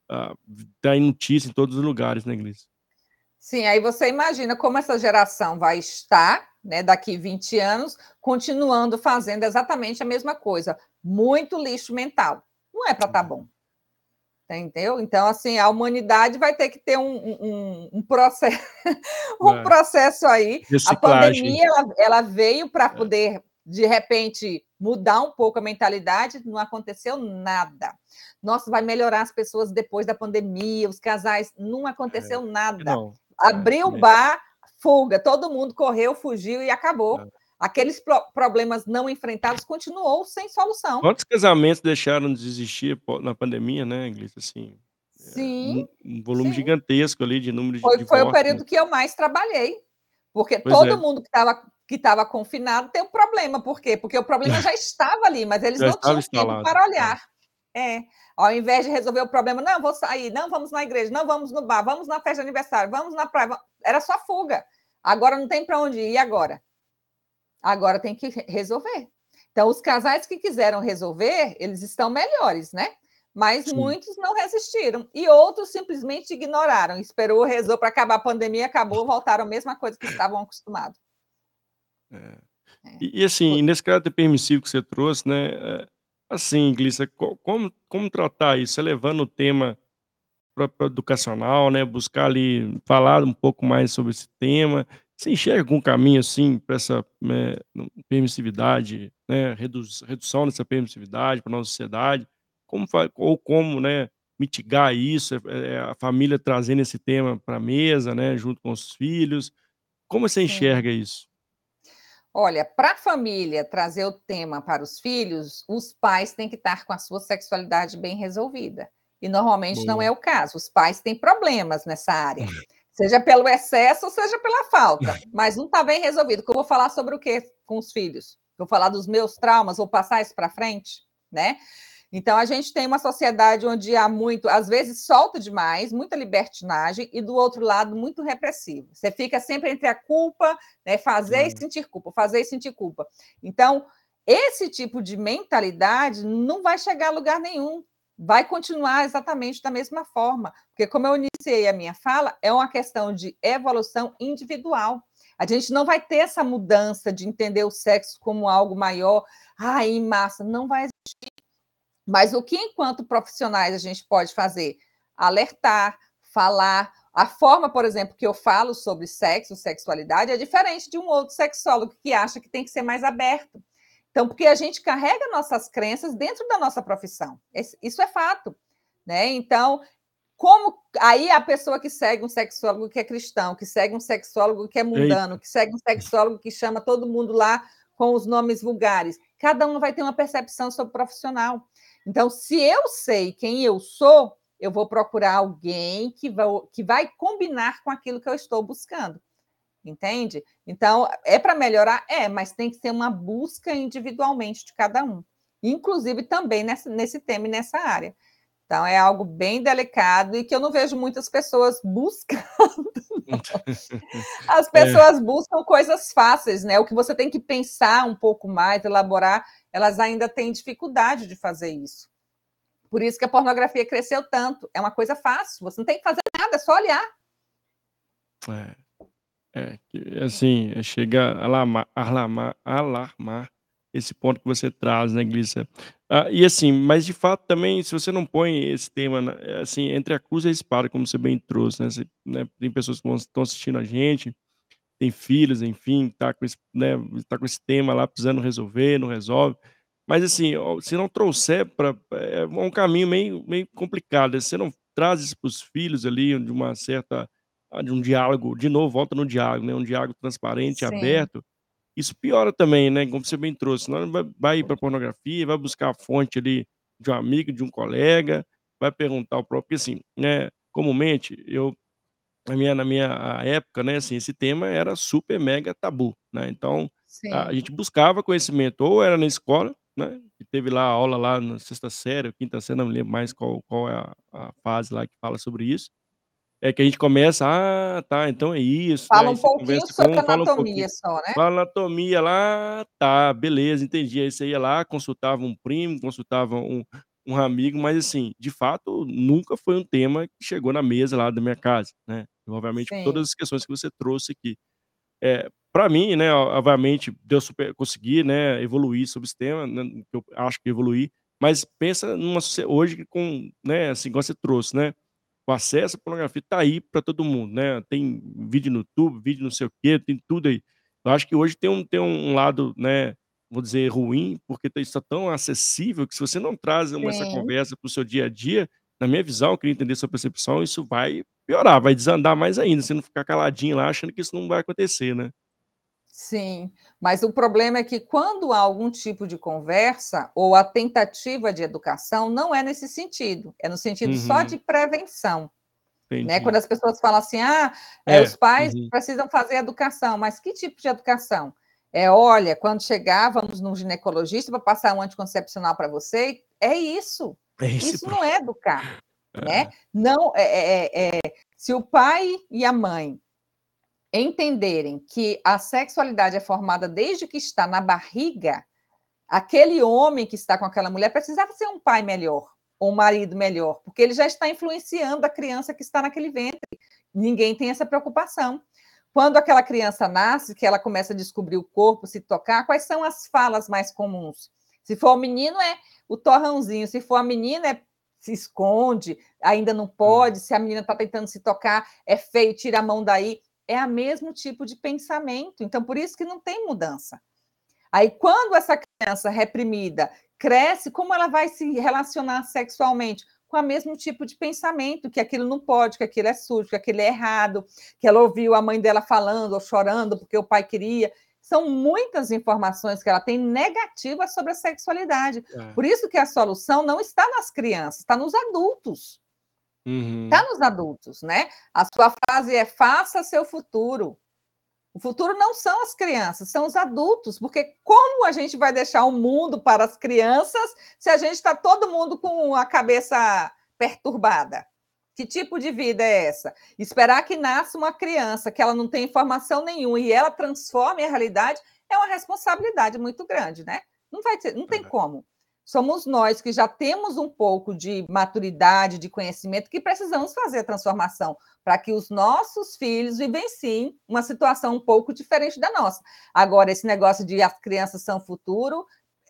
Speaker 1: tá em notícia em todos os lugares, né, Gleice.
Speaker 2: Sim, aí você imagina como essa geração vai estar, né, daqui 20 anos, continuando fazendo exatamente a mesma coisa. Muito lixo mental. Não é para estar bom, entendeu? Então, assim, a humanidade vai ter que ter um processo, um
Speaker 1: É,
Speaker 2: processo aí. A
Speaker 1: reciclagem.
Speaker 2: pandemia ela veio para
Speaker 1: É,
Speaker 2: poder de repente, mudar um pouco a mentalidade, não aconteceu nada. Nossa, vai melhorar as pessoas depois da pandemia, os casais, não aconteceu nada.
Speaker 1: Não.
Speaker 2: Abriu o
Speaker 1: Também.
Speaker 2: bar, fuga, todo mundo correu, fugiu e acabou.
Speaker 1: É.
Speaker 2: Aqueles problemas não enfrentados continuou sem solução.
Speaker 1: Quantos casamentos deixaram de existir na pandemia, né, Iglesias, assim,
Speaker 2: Sim,
Speaker 1: um volume
Speaker 2: sim.
Speaker 1: gigantesco ali de número de
Speaker 2: Foi o
Speaker 1: divórcios, né.
Speaker 2: período que eu mais trabalhei, porque
Speaker 1: Pois é,
Speaker 2: todo mundo que estava confinado tem um problema. Por quê? Porque o problema já estava ali, mas eles
Speaker 1: já
Speaker 2: não
Speaker 1: estava
Speaker 2: tinham tempo
Speaker 1: instalado.
Speaker 2: para
Speaker 1: É,
Speaker 2: olhar. É, ao invés de resolver o problema: "Não, vou sair, não, vamos na igreja, não, vamos no bar, vamos na festa de aniversário, vamos na praia", era só fuga. Agora não tem para onde ir, e agora? Agora tem que resolver. Então, os casais que quiseram resolver, eles estão melhores, né? Mas
Speaker 1: sim.
Speaker 2: muitos não resistiram. E outros simplesmente ignoraram. Esperou, rezou para acabar a pandemia, acabou, voltaram à mesma coisa que estavam acostumados.
Speaker 1: É.
Speaker 2: É.
Speaker 1: E assim, nesse caráter permissivo que você trouxe, né, assim, Iglesias, como tratar isso? Você levando o tema para educacional, né, buscar ali falar um pouco mais sobre esse tema. Você enxerga algum caminho, assim, para essa, permissividade, né, redução dessa permissividade para nossa sociedade? Como, né, mitigar isso, a família trazendo esse tema pra mesa, né, junto com os filhos. Como você
Speaker 2: Sim.
Speaker 1: enxerga isso?
Speaker 2: Olha, para a família trazer o tema para os filhos, os pais têm que estar com a sua sexualidade bem resolvida. E normalmente não
Speaker 1: Boa.
Speaker 2: é o caso. Os pais têm problemas nessa área, seja pelo excesso, seja pela falta, mas não está bem resolvido. Que eu vou falar sobre o quê com os filhos? Vou falar dos meus traumas, vou passar isso para frente, né? Então, a gente tem uma sociedade onde há muito, às vezes, solta demais, muita libertinagem, e do outro lado, muito repressivo. Você fica sempre entre a culpa, né, fazer e
Speaker 1: Hã.
Speaker 2: sentir culpa, fazer e sentir culpa. Então, esse tipo de mentalidade não vai chegar a lugar nenhum, vai continuar exatamente da mesma forma, porque, como eu iniciei a minha fala, é uma questão de evolução individual. A gente não vai ter essa mudança de entender o sexo como algo maior, em massa, não vai. Mas o que, enquanto profissionais, a gente pode fazer? Alertar, falar. A forma, por exemplo, que eu falo sobre sexo, sexualidade, é diferente de um outro sexólogo que acha que tem que ser mais aberto. Então, porque a gente carrega nossas crenças dentro da nossa profissão. Isso é fato. Né? Então, como aí a pessoa que segue um sexólogo que é cristão, que segue um sexólogo que é mundano,
Speaker 1: Eita.
Speaker 2: que segue um sexólogo que chama todo mundo lá com os nomes vulgares, cada um vai ter uma percepção sobre o profissional. Então, se eu sei quem eu sou, eu vou procurar alguém que vai combinar com aquilo que eu estou buscando. Entende? Então, é para melhorar? É, mas tem que ser uma busca individualmente de cada um. Inclusive também nesse tema e nessa área. Então, é algo bem delicado e que eu não vejo muitas pessoas buscando. As
Speaker 1: É,
Speaker 2: pessoas buscam coisas fáceis, né? O que você tem que pensar um pouco mais, elaborar, elas ainda têm dificuldade de fazer isso. Por isso que a pornografia cresceu tanto. É uma coisa fácil, você não tem que fazer nada, é só olhar.
Speaker 1: é. Que assim, chega a alarmar esse ponto que você traz, né, Glissa. E assim, mas de fato também, se você não põe esse tema assim, entre a cruz e a espada, como você bem trouxe, né, né, tem pessoas que estão assistindo a gente, tem filhos, enfim, tá com esse, né, tá com esse tema lá precisando resolver, não resolve. Mas assim, ó, se não trouxer para é um caminho meio complicado, né, se você não traz isso para os filhos ali, de uma certa de um diálogo, de novo, volta no diálogo, né, um diálogo transparente e
Speaker 2: Sim,
Speaker 1: aberto, isso piora também, né, como você bem trouxe, senão vai ir pra pornografia, vai buscar a fonte ali de um amigo, de um colega, vai perguntar o próprio porque assim, né, comumente na minha época, né, assim, esse tema era super mega tabu, né, então a
Speaker 2: sim,
Speaker 1: gente buscava conhecimento ou era na escola, né, que teve lá a aula lá na sexta série ou quinta série, não me lembro mais qual é a fase lá que fala sobre isso, é que a gente começa: "Ah, tá, então é isso", né,
Speaker 2: fala
Speaker 1: aí
Speaker 2: um
Speaker 1: você
Speaker 2: pouquinho
Speaker 1: conversa com
Speaker 2: sobre
Speaker 1: um, fala um pouquinho,
Speaker 2: anatomia só, né?
Speaker 1: fala anatomia lá, tá, beleza, entendi. Aí você ia lá, consultava um primo, consultava um amigo, mas assim, de fato, nunca foi um tema que chegou na mesa lá da minha casa, né, obviamente por
Speaker 2: Sim,
Speaker 1: todas as questões que você trouxe aqui. Pra mim, né, obviamente deu super consegui, né, evoluir sobre esse tema, né, que eu acho que evoluí, mas pensa numa hoje que com, né, assim, igual você trouxe, né, o acesso à pornografia tá aí para todo mundo, né, tem vídeo no YouTube, vídeo não sei o quê, tem tudo aí. Eu acho que hoje tem um lado, né, vou dizer, ruim, porque isso está tão acessível que se você não traz essa
Speaker 2: Sim.
Speaker 1: conversa para o seu dia a dia, na minha visão, eu queria entender sua percepção, isso vai piorar, vai desandar mais ainda, você não ficar caladinho lá achando que isso não vai acontecer, né.
Speaker 2: Sim, mas o problema é que quando há algum tipo de conversa ou a tentativa de educação, não é nesse sentido, é no sentido só
Speaker 1: Uhum,
Speaker 2: de prevenção, né, quando
Speaker 1: entendi.
Speaker 2: as pessoas falam assim: "Ah, os
Speaker 1: É,
Speaker 2: pais
Speaker 1: uhum.
Speaker 2: precisam fazer educação", mas que tipo de educação? "Olha, quando chegar, vamos num ginecologista para passar um anticoncepcional para você", é isso.
Speaker 1: É esse
Speaker 2: Isso não é educar, né.
Speaker 1: é.
Speaker 2: Não, se o pai e a mãe entenderem que a sexualidade é formada desde que está na barriga, aquele homem que está com aquela mulher precisava ser um pai melhor, ou um marido melhor, porque ele já está influenciando a criança que está naquele ventre. Ninguém tem essa preocupação. Quando aquela criança nasce, que ela começa a descobrir o corpo, se tocar, quais são as falas mais comuns? Se for o menino, é o torrãozinho, se for a menina, é se esconde, ainda não
Speaker 1: Hum.
Speaker 2: pode, se a menina está tentando se tocar, é feio, tira a mão daí. É o mesmo tipo de pensamento. Então, por isso que não tem mudança. Aí, quando essa criança reprimida cresce, como ela vai se relacionar sexualmente? Com o mesmo tipo de pensamento, que aquilo não pode, que aquilo é sujo, que aquilo é errado, que ela ouviu a mãe dela falando ou chorando porque o pai queria. São muitas informações que ela tem negativas sobre a sexualidade.
Speaker 1: É.
Speaker 2: Por isso que a solução não está nas crianças, está nos adultos. Está
Speaker 1: Uhum.
Speaker 2: nos adultos, né? A sua frase é: faça seu futuro. O futuro não são as crianças, são os adultos, porque como a gente vai deixar o mundo para as crianças se a gente está todo mundo com a cabeça perturbada? Que tipo de vida é essa? Esperar que nasça uma criança que ela não tem informação nenhuma e ela transforme a realidade é uma responsabilidade muito grande, né? Não vai ter, não tem
Speaker 1: É.
Speaker 2: como. Somos nós que já temos um pouco de maturidade, de conhecimento, que precisamos fazer a transformação para que os nossos filhos vivenciem uma situação um pouco diferente da nossa. Agora, esse negócio de as crianças são o futuro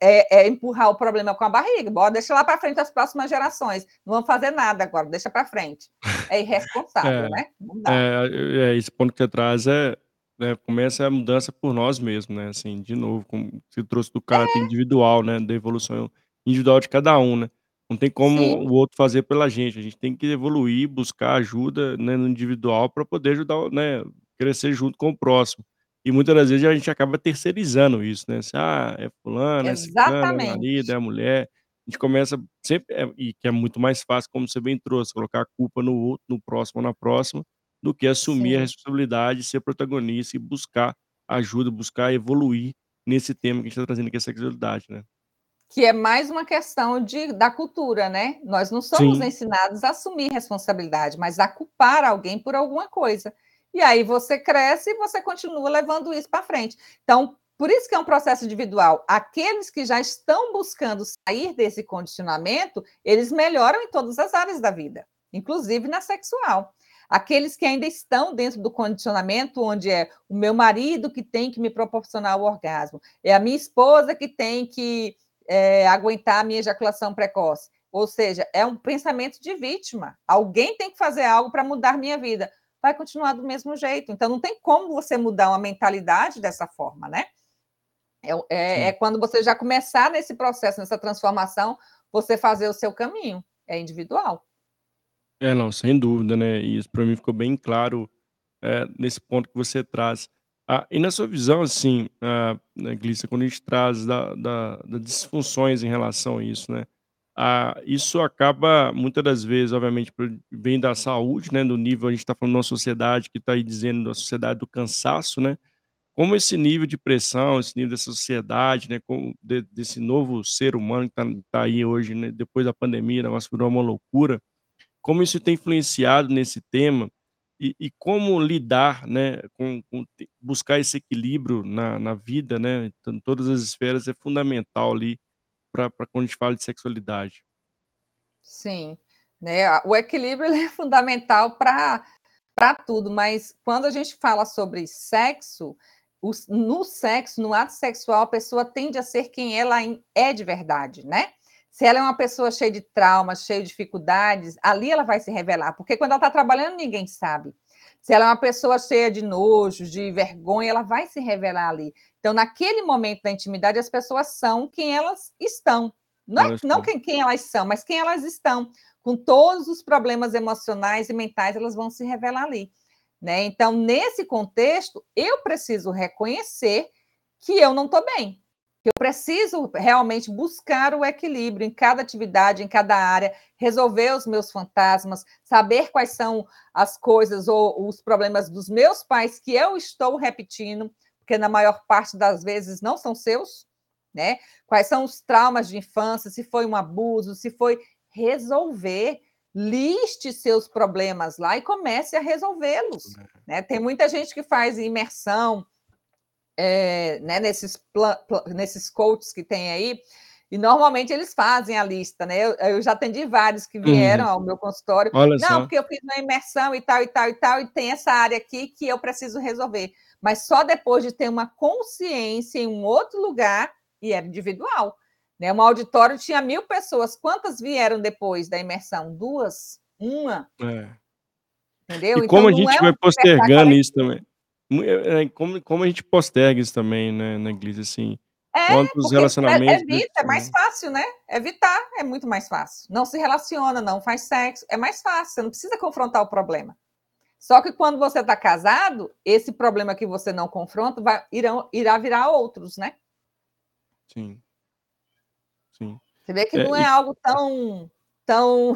Speaker 2: é empurrar o problema com a barriga. Bora, deixa lá para frente as próximas gerações. Não vamos fazer nada agora, deixa para frente. É irresponsável,
Speaker 1: É,
Speaker 2: né? Não dá.
Speaker 1: esse ponto que você traz né, começa a mudança por nós mesmos, né, assim, de novo, como você trouxe do caráter individual, né, da evolução individual de cada um, né. Não tem como
Speaker 2: Sim,
Speaker 1: o outro fazer pela gente, a gente tem que evoluir, buscar ajuda, né, no individual para poder ajudar né, crescer junto com o próximo. E muitas das vezes a gente acaba terceirizando isso, né, assim: "Ah, é fulano, é ciclano, é o marido, é
Speaker 2: exatamente.
Speaker 1: a mulher". A gente começa sempre e que é muito mais fácil, como você bem trouxe, colocar a culpa no outro, no próximo ou na próxima, do que assumir a
Speaker 2: Sim.
Speaker 1: responsabilidade, ser protagonista e buscar ajuda, buscar evoluir nesse tema que a gente está trazendo aqui, a sexualidade, né.
Speaker 2: Que é mais uma questão da cultura, né? Nós não somos
Speaker 1: Sim,
Speaker 2: ensinados a assumir responsabilidade, mas a culpar alguém por alguma coisa. E aí você cresce e você continua levando isso para frente. Então, por isso que é um processo individual. Aqueles que já estão buscando sair desse condicionamento, eles melhoram em todas as áreas da vida, inclusive na sexual. Aqueles que ainda estão dentro do condicionamento, onde é o meu marido que tem que me proporcionar o orgasmo, é a minha esposa que tem que aguentar a minha ejaculação precoce. Ou seja, é um pensamento de vítima. Alguém tem que fazer algo para mudar minha vida. Vai continuar do mesmo jeito. Então, não tem como você mudar uma mentalidade dessa forma, né? É
Speaker 1: sim.
Speaker 2: quando você já começar nesse processo, nessa transformação, você fazer o seu caminho. É individual.
Speaker 1: É, não, sem dúvida, né, e isso para mim ficou bem claro, nesse ponto que você traz. Ah, e na sua visão, assim, né, Glícia, quando a gente traz das disfunções em relação a isso, né, isso acaba muitas das vezes, obviamente, vem da saúde, né, do nível a gente está falando de uma sociedade que está aí dizendo da sociedade do cansaço, né, como esse nível de pressão, esse nível dessa sociedade, né, como desse novo ser humano que tá aí hoje, né, depois da pandemia, o negócio virou uma loucura, como isso tem influenciado nesse tema e como lidar, né, com buscar esse equilíbrio na vida, né, então, em todas as esferas é fundamental ali para quando a gente fala de sexualidade.
Speaker 2: Sim. Né? O equilíbrio ele é fundamental para tudo, mas quando a gente fala sobre sexo, no sexo, no ato sexual, a pessoa tende a ser quem ela é de verdade, né? Se ela é uma pessoa cheia de traumas, cheia de dificuldades, ali ela vai se revelar, porque quando ela está trabalhando, ninguém sabe. Se ela é uma pessoa cheia de nojo, de vergonha, ela vai se revelar ali. Então, naquele momento da intimidade, as pessoas são quem elas estão. Não quem elas são, mas quem elas estão. Com todos os problemas emocionais e mentais, elas vão se revelar ali. Né? Então, nesse contexto, eu preciso reconhecer que eu não estou bem. Eu preciso realmente buscar o equilíbrio em cada atividade, em cada área, resolver os meus fantasmas, saber quais são as coisas ou os problemas dos meus pais que eu estou repetindo, porque na maior parte das vezes não são seus, né? Quais são os traumas de infância, se foi um abuso, se foi resolver, liste seus problemas lá e comece a resolvê-los. Né? Tem muita gente que faz imersão, né, nesses coaches que tem aí, e normalmente eles fazem a lista, né? Eu já atendi vários que vieram ao meu consultório.
Speaker 1: Olha
Speaker 2: não,
Speaker 1: só.
Speaker 2: porque eu fiz uma imersão e tal, e tal, e tal, e tem essa área aqui que eu preciso resolver. Mas só depois de ter uma consciência em um outro lugar, e era individual. Né? Um auditório tinha 1.000 pessoas. Quantas vieram depois da imersão? 2? 1? Entendeu?
Speaker 1: E
Speaker 2: Então,
Speaker 1: como a
Speaker 2: não é
Speaker 1: gente vai
Speaker 2: um despertar
Speaker 1: postergando isso
Speaker 2: coletivo.
Speaker 1: também. Como a gente posterga isso também, né, Glice, assim, quantos
Speaker 2: Porque
Speaker 1: relacionamentos...
Speaker 2: evita, é mais fácil, né? Evitar é muito mais fácil. Não se relaciona, não faz sexo, é mais fácil, você não precisa confrontar o problema. Só que quando você está casado, esse problema que você não confronta irá virar outros, né?
Speaker 1: Sim, sim.
Speaker 2: Você vê que não é algo tão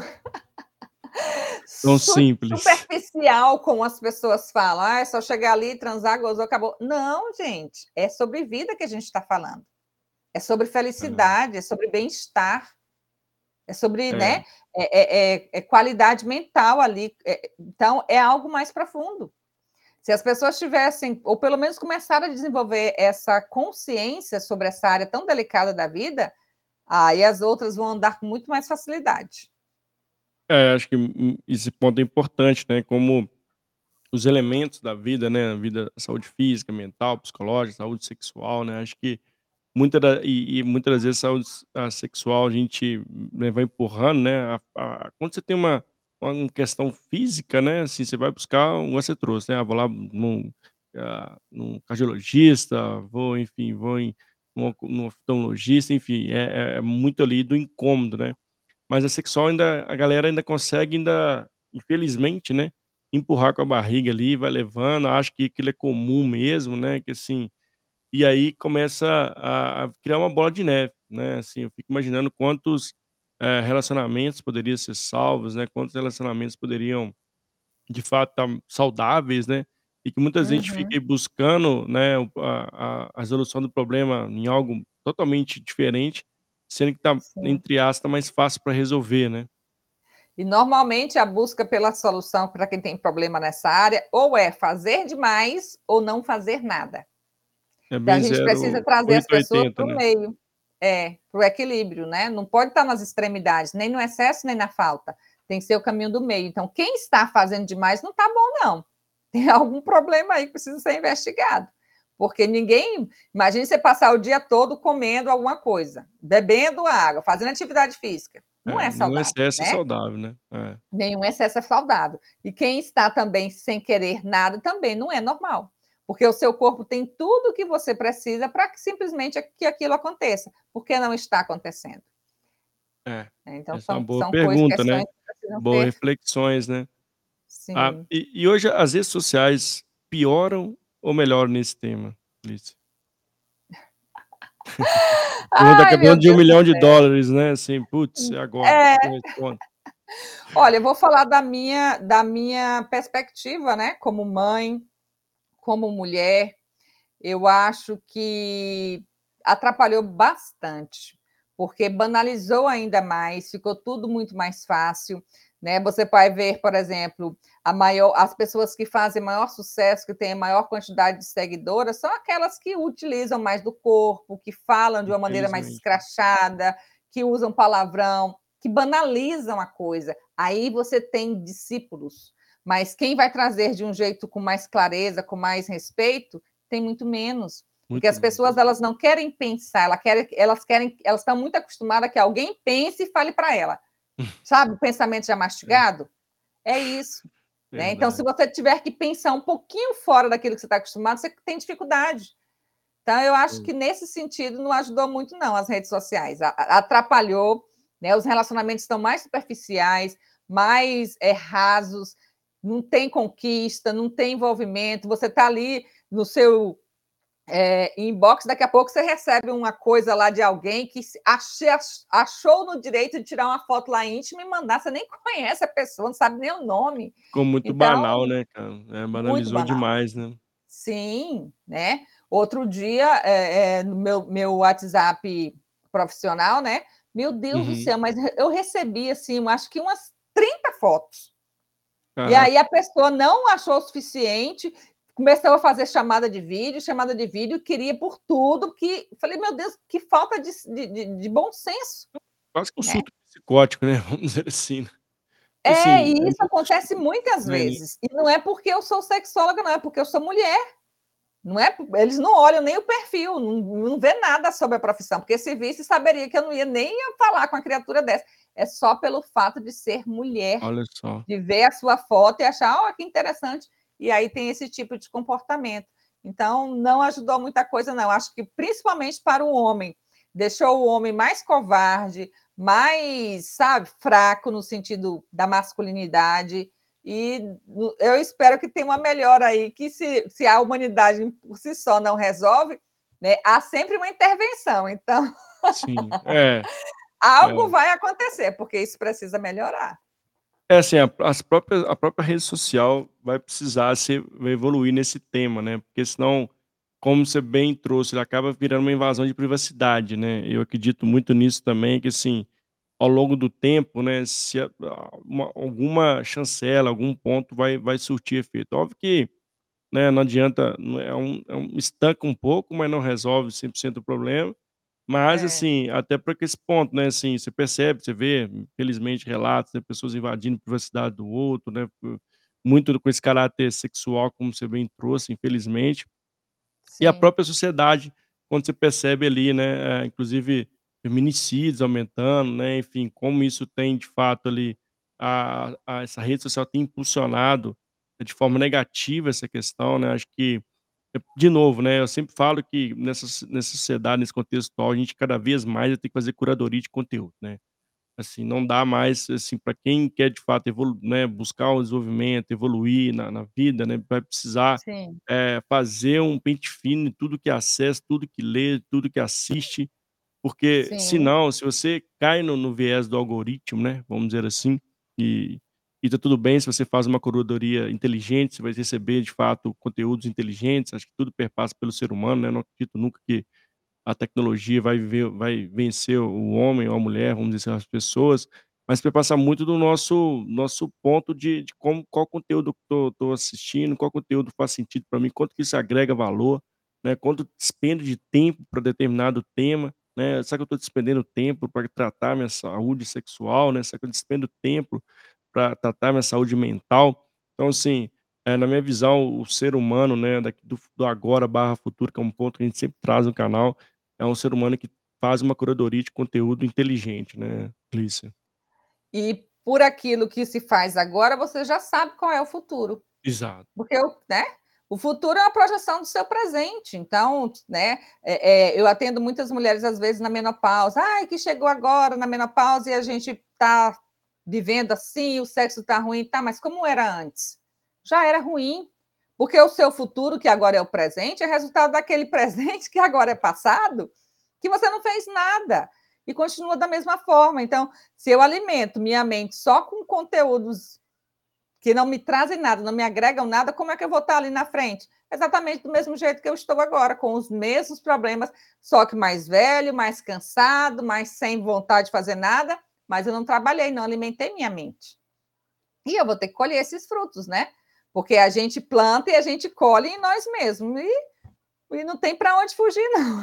Speaker 1: simples.
Speaker 2: superficial como as pessoas falam. É só chegar ali, transar, gozou, acabou. Não, gente, é sobre vida que a gente está falando. É sobre felicidade, é sobre bem-estar. É sobre, né, qualidade mental ali. Então, é algo mais profundo. Se as pessoas tivessem, ou pelo menos começaram a desenvolver essa consciência sobre essa área tão delicada da vida, aí as outras vão andar com muito mais facilidade.
Speaker 1: Acho que esse ponto é importante, né? Como os elementos da vida, né? A vida, saúde física, mental, psicológica, saúde sexual, né? Acho que muitas das vezes a sexual a gente, né, vai empurrando, né? Quando você tem uma questão física, né? Assim, você vai buscar, igual você trouxe, né? Vou lá num cardiologista, enfim, vou num oftalmologista, enfim, é muito ali do incômodo, né? Mas a sexual a galera ainda consegue infelizmente, né, empurrar com a barriga ali, vai levando, acho que aquilo é comum mesmo, né, que assim, e aí começa a criar uma bola de neve, né, assim, eu fico imaginando quantos, relacionamentos poderiam ser salvos, né, quantos relacionamentos poderiam, de fato, estar saudáveis, né, e que muita gente fica
Speaker 2: Uhum.
Speaker 1: aí buscando, né, a resolução do problema em algo totalmente diferente, sendo que tá,
Speaker 2: Sim.
Speaker 1: entre aspas, mais fácil para resolver, né.
Speaker 2: E normalmente a busca pela solução para quem tem problema nessa área ou é fazer demais ou não fazer nada.
Speaker 1: É
Speaker 2: Então a
Speaker 1: bem
Speaker 2: gente precisa
Speaker 1: zero
Speaker 2: trazer as pessoas
Speaker 1: 880,
Speaker 2: para o
Speaker 1: né.
Speaker 2: meio, para o equilíbrio, né? Não pode estar nas extremidades, nem no excesso, nem na falta. Tem que ser o caminho do meio. Então, quem está fazendo demais não está bom, não. Tem algum problema aí que precisa ser investigado. Porque ninguém. Imagine você passar o dia todo comendo alguma coisa, bebendo água, fazendo atividade física. Não é
Speaker 1: Nenhum
Speaker 2: saudável,
Speaker 1: excesso é
Speaker 2: né?
Speaker 1: saudável, né.
Speaker 2: Nenhum excesso é saudável. E quem está também sem querer nada também não é normal. Porque o seu corpo tem tudo o que você precisa para que simplesmente que aquilo aconteça. Por que não está acontecendo?
Speaker 1: É,
Speaker 2: Então,
Speaker 1: essa é uma boa
Speaker 2: são
Speaker 1: pergunta, né.
Speaker 2: questões que precisam
Speaker 1: Boas
Speaker 2: ser.
Speaker 1: reflexões, né.
Speaker 2: Sim.
Speaker 1: E hoje as redes sociais pioram ou melhoram nesse tema, Alice? Pergunta
Speaker 2: Ai, meu
Speaker 1: acabando de
Speaker 2: Deus do céu.
Speaker 1: $1.000.000, né, assim, putz, e agora? O que que
Speaker 2: É,
Speaker 1: eu respondo?
Speaker 2: olha, eu vou falar da minha perspectiva, né? Como mãe, como mulher, eu acho que atrapalhou bastante, porque banalizou ainda mais, ficou tudo muito mais fácil, né? Você vai ver, por exemplo, as pessoas que fazem maior sucesso, que têm a maior quantidade de seguidoras, são aquelas que utilizam mais do corpo, que falam de uma maneira mais
Speaker 1: Infelizmente.
Speaker 2: escrachada, que usam palavrão, que banalizam a coisa. Aí você tem discípulos, mas quem vai trazer de um jeito com mais clareza, com mais respeito, tem muito menos. Porque
Speaker 1: Muito
Speaker 2: as pessoas
Speaker 1: menos.
Speaker 2: elas não querem pensar, elas estão muito acostumadas que alguém pense e fale para ela. Sabe, o pensamento já
Speaker 1: É,
Speaker 2: mastigado? É isso. né. Então, se
Speaker 1: verdade.
Speaker 2: você tiver que pensar um pouquinho fora daquilo que você está acostumado, você tem dificuldade. Então, eu acho
Speaker 1: Hum.
Speaker 2: que nesse sentido não ajudou muito não as redes sociais, atrapalhou, né, os relacionamentos estão mais superficiais, mais, rasos, não tem conquista, não tem envolvimento, você está ali no seu, inbox, daqui a pouco você recebe uma coisa lá de alguém que achou no direito de tirar uma foto lá íntima e mandar, você nem conhece a pessoa, não sabe nem o nome.
Speaker 1: Ficou muito banal,
Speaker 2: Então,
Speaker 1: né, cara,
Speaker 2: muito
Speaker 1: banalizou
Speaker 2: banal.
Speaker 1: demais, né.
Speaker 2: Sim, né. Outro dia, no meu WhatsApp profissional, né, meu Deus do
Speaker 1: Uhum.
Speaker 2: céu, mas eu recebi, assim, eu acho que umas 30 fotos. E
Speaker 1: Caraca,
Speaker 2: aí a pessoa não achou o suficiente, começou a fazer chamada de vídeo, queria por tudo, que falei: "Meu Deus, que falta de bom senso",
Speaker 1: quase que um
Speaker 2: né.
Speaker 1: surto psicótico, né, vamos dizer assim, né.
Speaker 2: É,
Speaker 1: Assim,
Speaker 2: e
Speaker 1: é
Speaker 2: isso
Speaker 1: muito
Speaker 2: acontece muitas
Speaker 1: estranho, né.
Speaker 2: vezes, e não é porque eu sou sexóloga não, é porque eu sou mulher. Não é, eles não olham nem o perfil, não vê nada sobre a profissão, porque se visse saberia que eu não ia nem falar com a criatura dessa. É só pelo fato de ser mulher,
Speaker 1: Olha só.
Speaker 2: de ver a sua foto e achar: "Ó, que interessante", e aí tem esse tipo de comportamento. Então, não ajudou muita coisa não, acho que principalmente para o homem, deixou o homem mais covarde, mais, sabe, fraco no sentido da masculinidade, e eu espero que tenha uma melhora aí, que se a humanidade por si só não resolve, né, há sempre uma intervenção, então
Speaker 1: Sim, é,
Speaker 2: algo
Speaker 1: é.
Speaker 2: vai acontecer, porque isso precisa melhorar.
Speaker 1: É assim, a própria rede social vai evoluir nesse tema, né, porque senão, como você bem trouxe, ele acaba virando uma invasão de privacidade, né. Eu acredito muito nisso também, que assim, ao longo do tempo, né, se alguma chancela, algum ponto vai surtir efeito. Óbvio que, né, não adianta, não estanca um pouco, mas não resolve 100% do problema. Mas,
Speaker 2: É,
Speaker 1: assim, até para esse ponto, né, assim, você percebe, você vê, infelizmente, relatos de pessoas invadindo a privacidade do outro, né, muito com esse caráter sexual, como você bem trouxe, infelizmente. E a
Speaker 2: sim,
Speaker 1: própria sociedade, quando você percebe ali, né, inclusive feminicídios aumentando, né, enfim, como isso tem de fato ali, essa rede social tem impulsionado de forma negativa essa questão, né, acho que, de novo, né, eu sempre falo que nessa sociedade, nesse contexto atual, a gente cada vez mais vai ter que fazer curadoria de conteúdo, né. Assim, não dá mais, assim, para quem quer de fato né, buscar o desenvolvimento, evoluir na vida, né, vai precisar,
Speaker 2: sim,
Speaker 1: fazer um pente fino em tudo que acessa, tudo que lê, tudo que assiste, porque
Speaker 2: sim,
Speaker 1: senão, se você cai no viés do algoritmo, né, vamos dizer assim, e tá tudo bem se você faz uma curadoria inteligente, você vai receber de fato conteúdos inteligentes, acho que tudo perpassa pelo ser humano, né, não acredito nunca que a tecnologia vai vencer o homem ou a mulher, vamos dizer assim, as pessoas, mas vai passar muito do nosso ponto de como qual conteúdo que tô assistindo, qual conteúdo faz sentido para mim, quanto que isso agrega valor, né, quanto despendo de tempo para determinado tema, né, será que eu estou despendendo tempo para tratar minha saúde sexual, né, será que eu despendo tempo para tratar minha saúde mental? Então assim, na minha visão, o ser humano, né, daqui do agora barra futuro, que é um ponto que a gente sempre traz no canal, é um ser humano que faz uma curadoria de conteúdo inteligente, né, Glícia.
Speaker 2: e por aquilo que se faz agora, você já sabe qual é o futuro.
Speaker 1: Exato.
Speaker 2: Porque o futuro é uma projeção do seu presente, então, né, eu atendo muitas mulheres, às vezes, na menopausa, "Ai, que chegou agora na menopausa e a gente está vivendo assim, o sexo está ruim", tá, mas como era antes? Já era ruim, porque o seu futuro, que agora é o presente, é resultado daquele presente que agora é passado, que você não fez nada e continua da mesma forma. Então, se eu alimento minha mente só com conteúdos que não me trazem nada, não me agregam nada, como é que eu vou estar ali na frente? Exatamente do mesmo jeito que eu estou agora, com os mesmos problemas, só que mais velho, mais cansado, mais sem vontade de fazer nada, mas eu não trabalhei, não alimentei minha mente. E eu vou ter que colher esses frutos, né? Porque a gente planta e a gente colhe em nós mesmos. E não tem para onde fugir, não.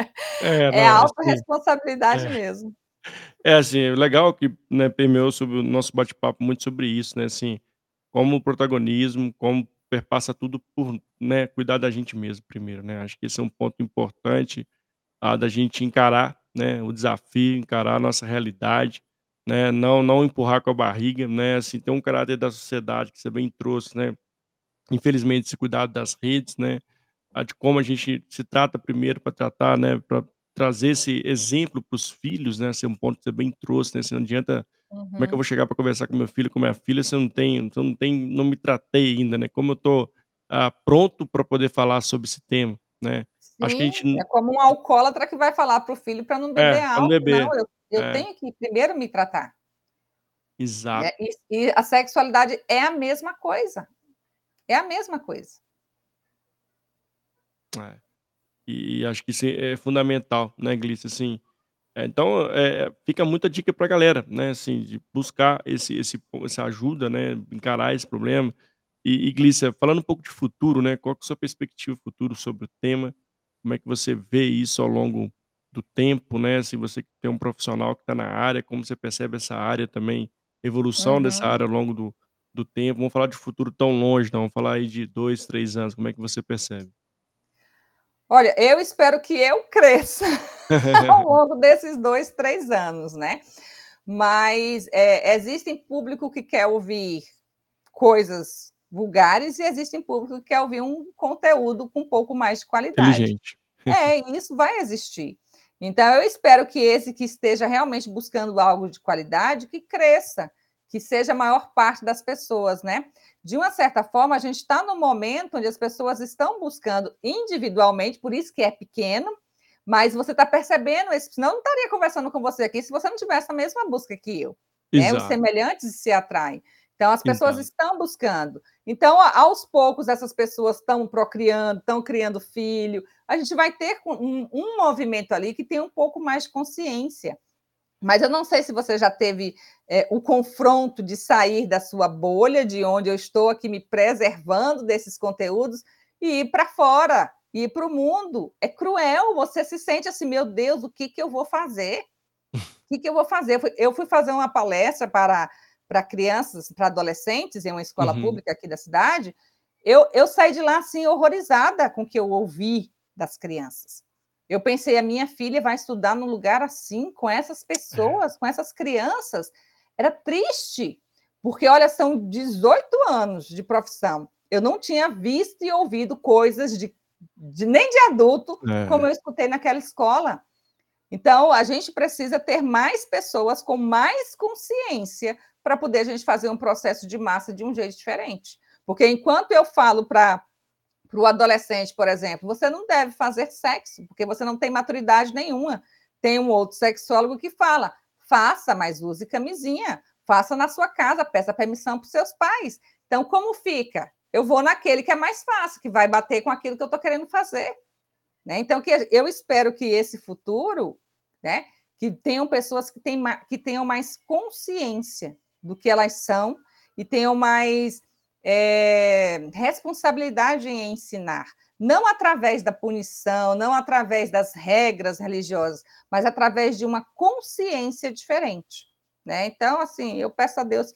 Speaker 1: É,
Speaker 2: É
Speaker 1: não, é assim,
Speaker 2: autorresponsabilidade
Speaker 1: é.
Speaker 2: mesmo.
Speaker 1: É assim, é legal que, né, permeou sobre o nosso bate-papo muito sobre isso, né, assim, como o protagonismo, como perpassa tudo por, né, cuidar da gente mesmo primeiro, né, acho que esse é um ponto importante, da gente encarar, né, o desafio, encarar a nossa realidade, né, não empurrar com a barriga, né, assim, tem um caráter da sociedade que você bem trouxe, né, infelizmente esse cuidado das redes, né, de como a gente se trata primeiro para tratar, né, para trazer esse exemplo para os filhos, né, esse é um ponto que você bem trouxe, né, assim, não adianta como é que eu
Speaker 2: Uhum.
Speaker 1: vou chegar para conversar com meu filho, com minha filha, se eu não me tratei ainda, né, como eu tô, pronto para poder falar sobre esse tema, né. Acho que a
Speaker 2: Sim,
Speaker 1: gente
Speaker 2: é como um alcoólatra que vai falar para o filho para não beber
Speaker 1: pra não
Speaker 2: álcool,
Speaker 1: beber.
Speaker 2: não, eu
Speaker 1: É,
Speaker 2: tenho que primeiro me tratar,
Speaker 1: exato.
Speaker 2: né, e a sexualidade é a mesma coisa, é a mesma coisa.
Speaker 1: É. E acho que isso é fundamental, né, Glícia, assim. Então, fica muita dica pra galera, né, assim, de buscar essa ajuda, né, encarar esse problema. E Glícia, falando um pouco de futuro, né, qual que é a sua perspectiva futuro sobre o tema? Como é que você vê isso ao longo do tempo, né, se você que tem um profissional que está na área, como você percebe essa área também, evolução dessa
Speaker 2: Uhum.
Speaker 1: área ao longo do tempo? Vamos falar de futuro tão longe não, vamos falar aí de 2, 3 anos, como é que você percebe?
Speaker 2: Olha, eu espero que eu cresça ao longo desses 2, 3 anos, né. Mas, existem público que quer ouvir coisas vulgares e existem público que quer ouvir um conteúdo com um pouco mais de qualidade.
Speaker 1: Inteligente.
Speaker 2: É, e isso vai existir. Então eu espero que esse que esteja realmente buscando algo de qualidade, que cresça, que seja a maior parte das pessoas, né. De uma certa forma, a gente está no momento onde as pessoas estão buscando individualmente, por isso que é pequeno, mas você está percebendo isso, senão eu não estaria conversando com você aqui se você não tivesse a mesma busca que eu, né, os
Speaker 1: Exato,
Speaker 2: semelhantes se atraem. Então as pessoas
Speaker 1: exato.
Speaker 2: estão buscando. Então, aos poucos, essas pessoas estão procriando, estão criando filho, a gente vai ter um movimento ali que tem um pouco mais de consciência. Mas eu não sei se você já teve o confronto de sair da sua bolha, de onde eu estou aqui me preservando desses conteúdos, e ir para fora, ir para o mundo. É cruel, você se sente assim, meu Deus, o que, que eu vou fazer? O que, que eu vou fazer? Eu fui fazer uma palestra para crianças, para adolescentes, em uma escola
Speaker 1: Uhum.
Speaker 2: pública aqui da cidade. Eu saí de lá assim, horrorizada com o que eu ouvi das crianças. Eu pensei, a minha filha vai estudar num lugar assim, com essas
Speaker 1: É,
Speaker 2: pessoas, com essas crianças. Era triste, porque, olha, são 18 anos de profissão. Eu não tinha visto e ouvido coisas nem de adulto, como
Speaker 1: é.
Speaker 2: eu escutei naquela escola. Então, a gente precisa ter mais pessoas com mais consciência para poder a gente fazer um processo de massa de um jeito diferente. Porque enquanto eu falo para o adolescente, por exemplo, você não deve fazer sexo, porque você não tem maturidade nenhuma. Tem um outro sexólogo que fala: faça, mas use camisinha, faça na sua casa, peça permissão para os seus pais. Então, como fica? Eu vou naquele que é mais fácil, que vai bater com aquilo que eu estou querendo fazer. Né? Então, eu espero que esse futuro, né, que tenham pessoas que tenham mais consciência do que elas são e tenham mais responsabilidade em ensinar. Não através da punição, não através das regras religiosas, mas através de uma consciência diferente. Né? Então, assim, eu peço a Deus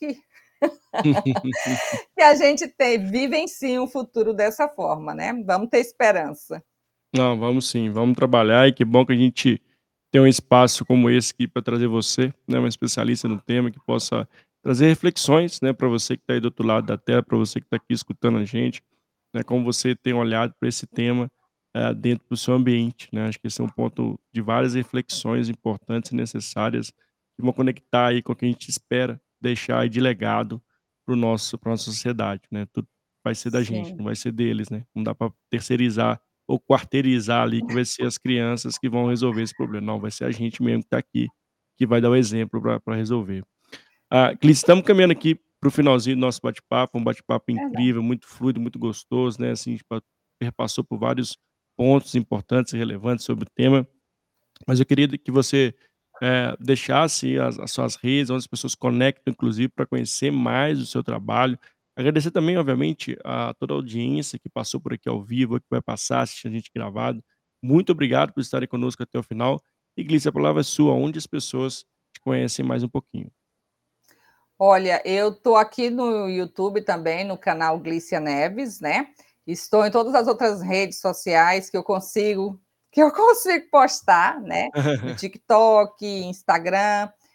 Speaker 2: que a gente vivencie um futuro dessa forma, né? Vamos ter esperança.
Speaker 1: Não, vamos sim, vamos trabalhar e que bom que a gente tem um espaço como esse aqui para trazer você, né, uma especialista no tema que possa trazer reflexões, né, para você que está aí do outro lado da tela, para você que está aqui escutando a gente, né, como você tem olhado para esse tema dentro do seu ambiente, né, acho que esse é um ponto de várias reflexões importantes e necessárias que vão conectar aí com o que a gente espera deixar aí de legado para nossa sociedade, né, tudo vai ser da gente,
Speaker 2: Sim.
Speaker 1: não vai ser deles, né, não dá para terceirizar ou quarteirizar ali que vai ser as crianças que vão resolver esse problema. Não, vai ser a gente mesmo que está aqui, que vai dar o exemplo para resolver. Clis, estamos caminhando aqui para o finalzinho do nosso bate-papo, um bate-papo
Speaker 2: Verdade.
Speaker 1: incrível, muito fluido, muito gostoso, né, assim, a gente perpassou por vários pontos importantes e relevantes sobre o tema. Mas eu queria que você, deixasse as suas redes, onde as pessoas conectam, inclusive, para conhecer mais o seu trabalho. Agradecer também, obviamente, a toda a audiência que passou por aqui ao vivo, que vai passar, assistir a gente gravado. Muito obrigado por estarem conosco até o final. E, Glícia, a palavra é sua, onde as pessoas te conhecem mais um pouquinho.
Speaker 2: Olha, eu estou aqui no YouTube também, no canal Glícia Neves, né? Estou em todas as outras redes sociais que eu consigo postar, né? No TikTok, Instagram.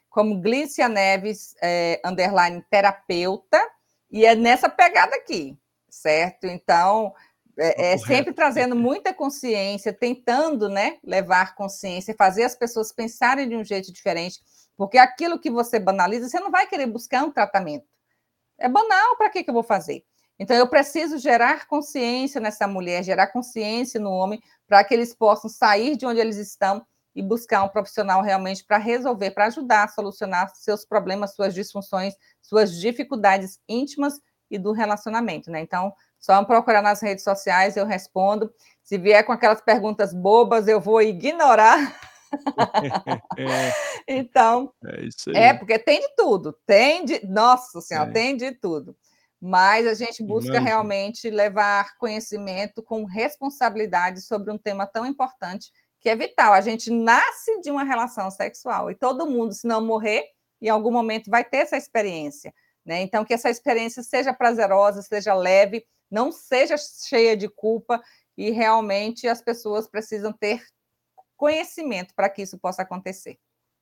Speaker 2: como Glícia Neves, underline terapeuta, e é nessa pegada aqui, certo? Então, sempre trazendo muita consciência, tentando, né, levar consciência, fazer as pessoas pensarem de um jeito diferente, porque aquilo que você banaliza, você não vai querer buscar um tratamento. É banal, para que eu vou fazer? Então, eu preciso gerar consciência nessa mulher, gerar consciência no homem, para que eles possam sair de onde eles estão e buscar um profissional realmente para resolver, para ajudar a solucionar seus problemas, suas disfunções, suas dificuldades íntimas e do relacionamento, né? Então, só me procurar nas redes sociais, eu respondo. Se vier com aquelas perguntas bobas, eu vou ignorar. Então,
Speaker 1: É isso aí.
Speaker 2: porque tem de tudo, nossa senhora, tem de tudo. Mas a gente busca
Speaker 1: Imagino.
Speaker 2: realmente levar conhecimento com responsabilidade sobre um tema tão importante, que é vital. A gente nasce de uma relação sexual e todo mundo, se não morrer, em algum momento vai ter essa experiência, né? Então, que essa experiência seja prazerosa, seja leve, não seja cheia de culpa, e realmente as pessoas precisam ter conhecimento para que isso possa acontecer.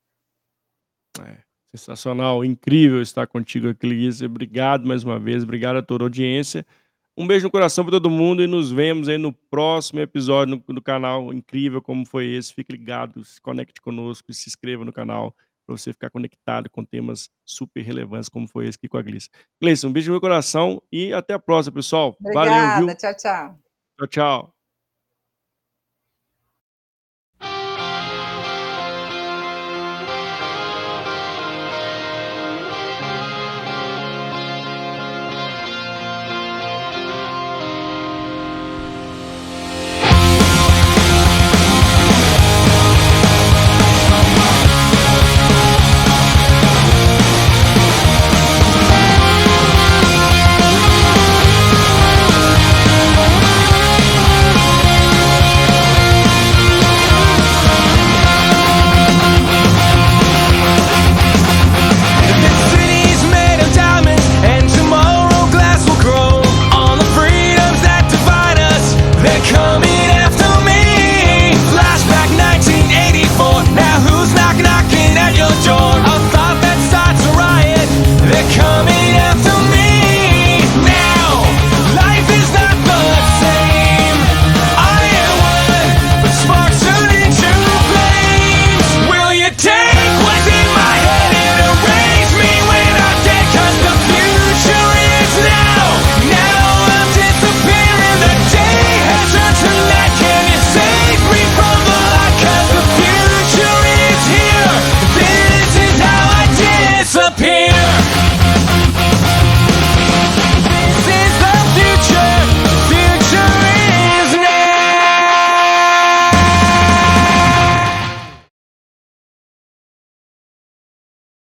Speaker 1: Sensacional, incrível estar contigo aqui, Glícia. Obrigado mais uma vez, obrigado a toda a audiência. Um beijo no coração para todo mundo e nos vemos aí no próximo episódio no canal incrível como foi esse. Fique ligado, se conecte conosco e se inscreva no canal para você ficar conectado com temas super relevantes como foi esse aqui com a Glícia. Glícia, um beijo no meu coração e até a próxima, pessoal. Valeu,
Speaker 2: Obrigada,
Speaker 1: viu?
Speaker 2: tchau, tchau.
Speaker 1: Tchau, tchau.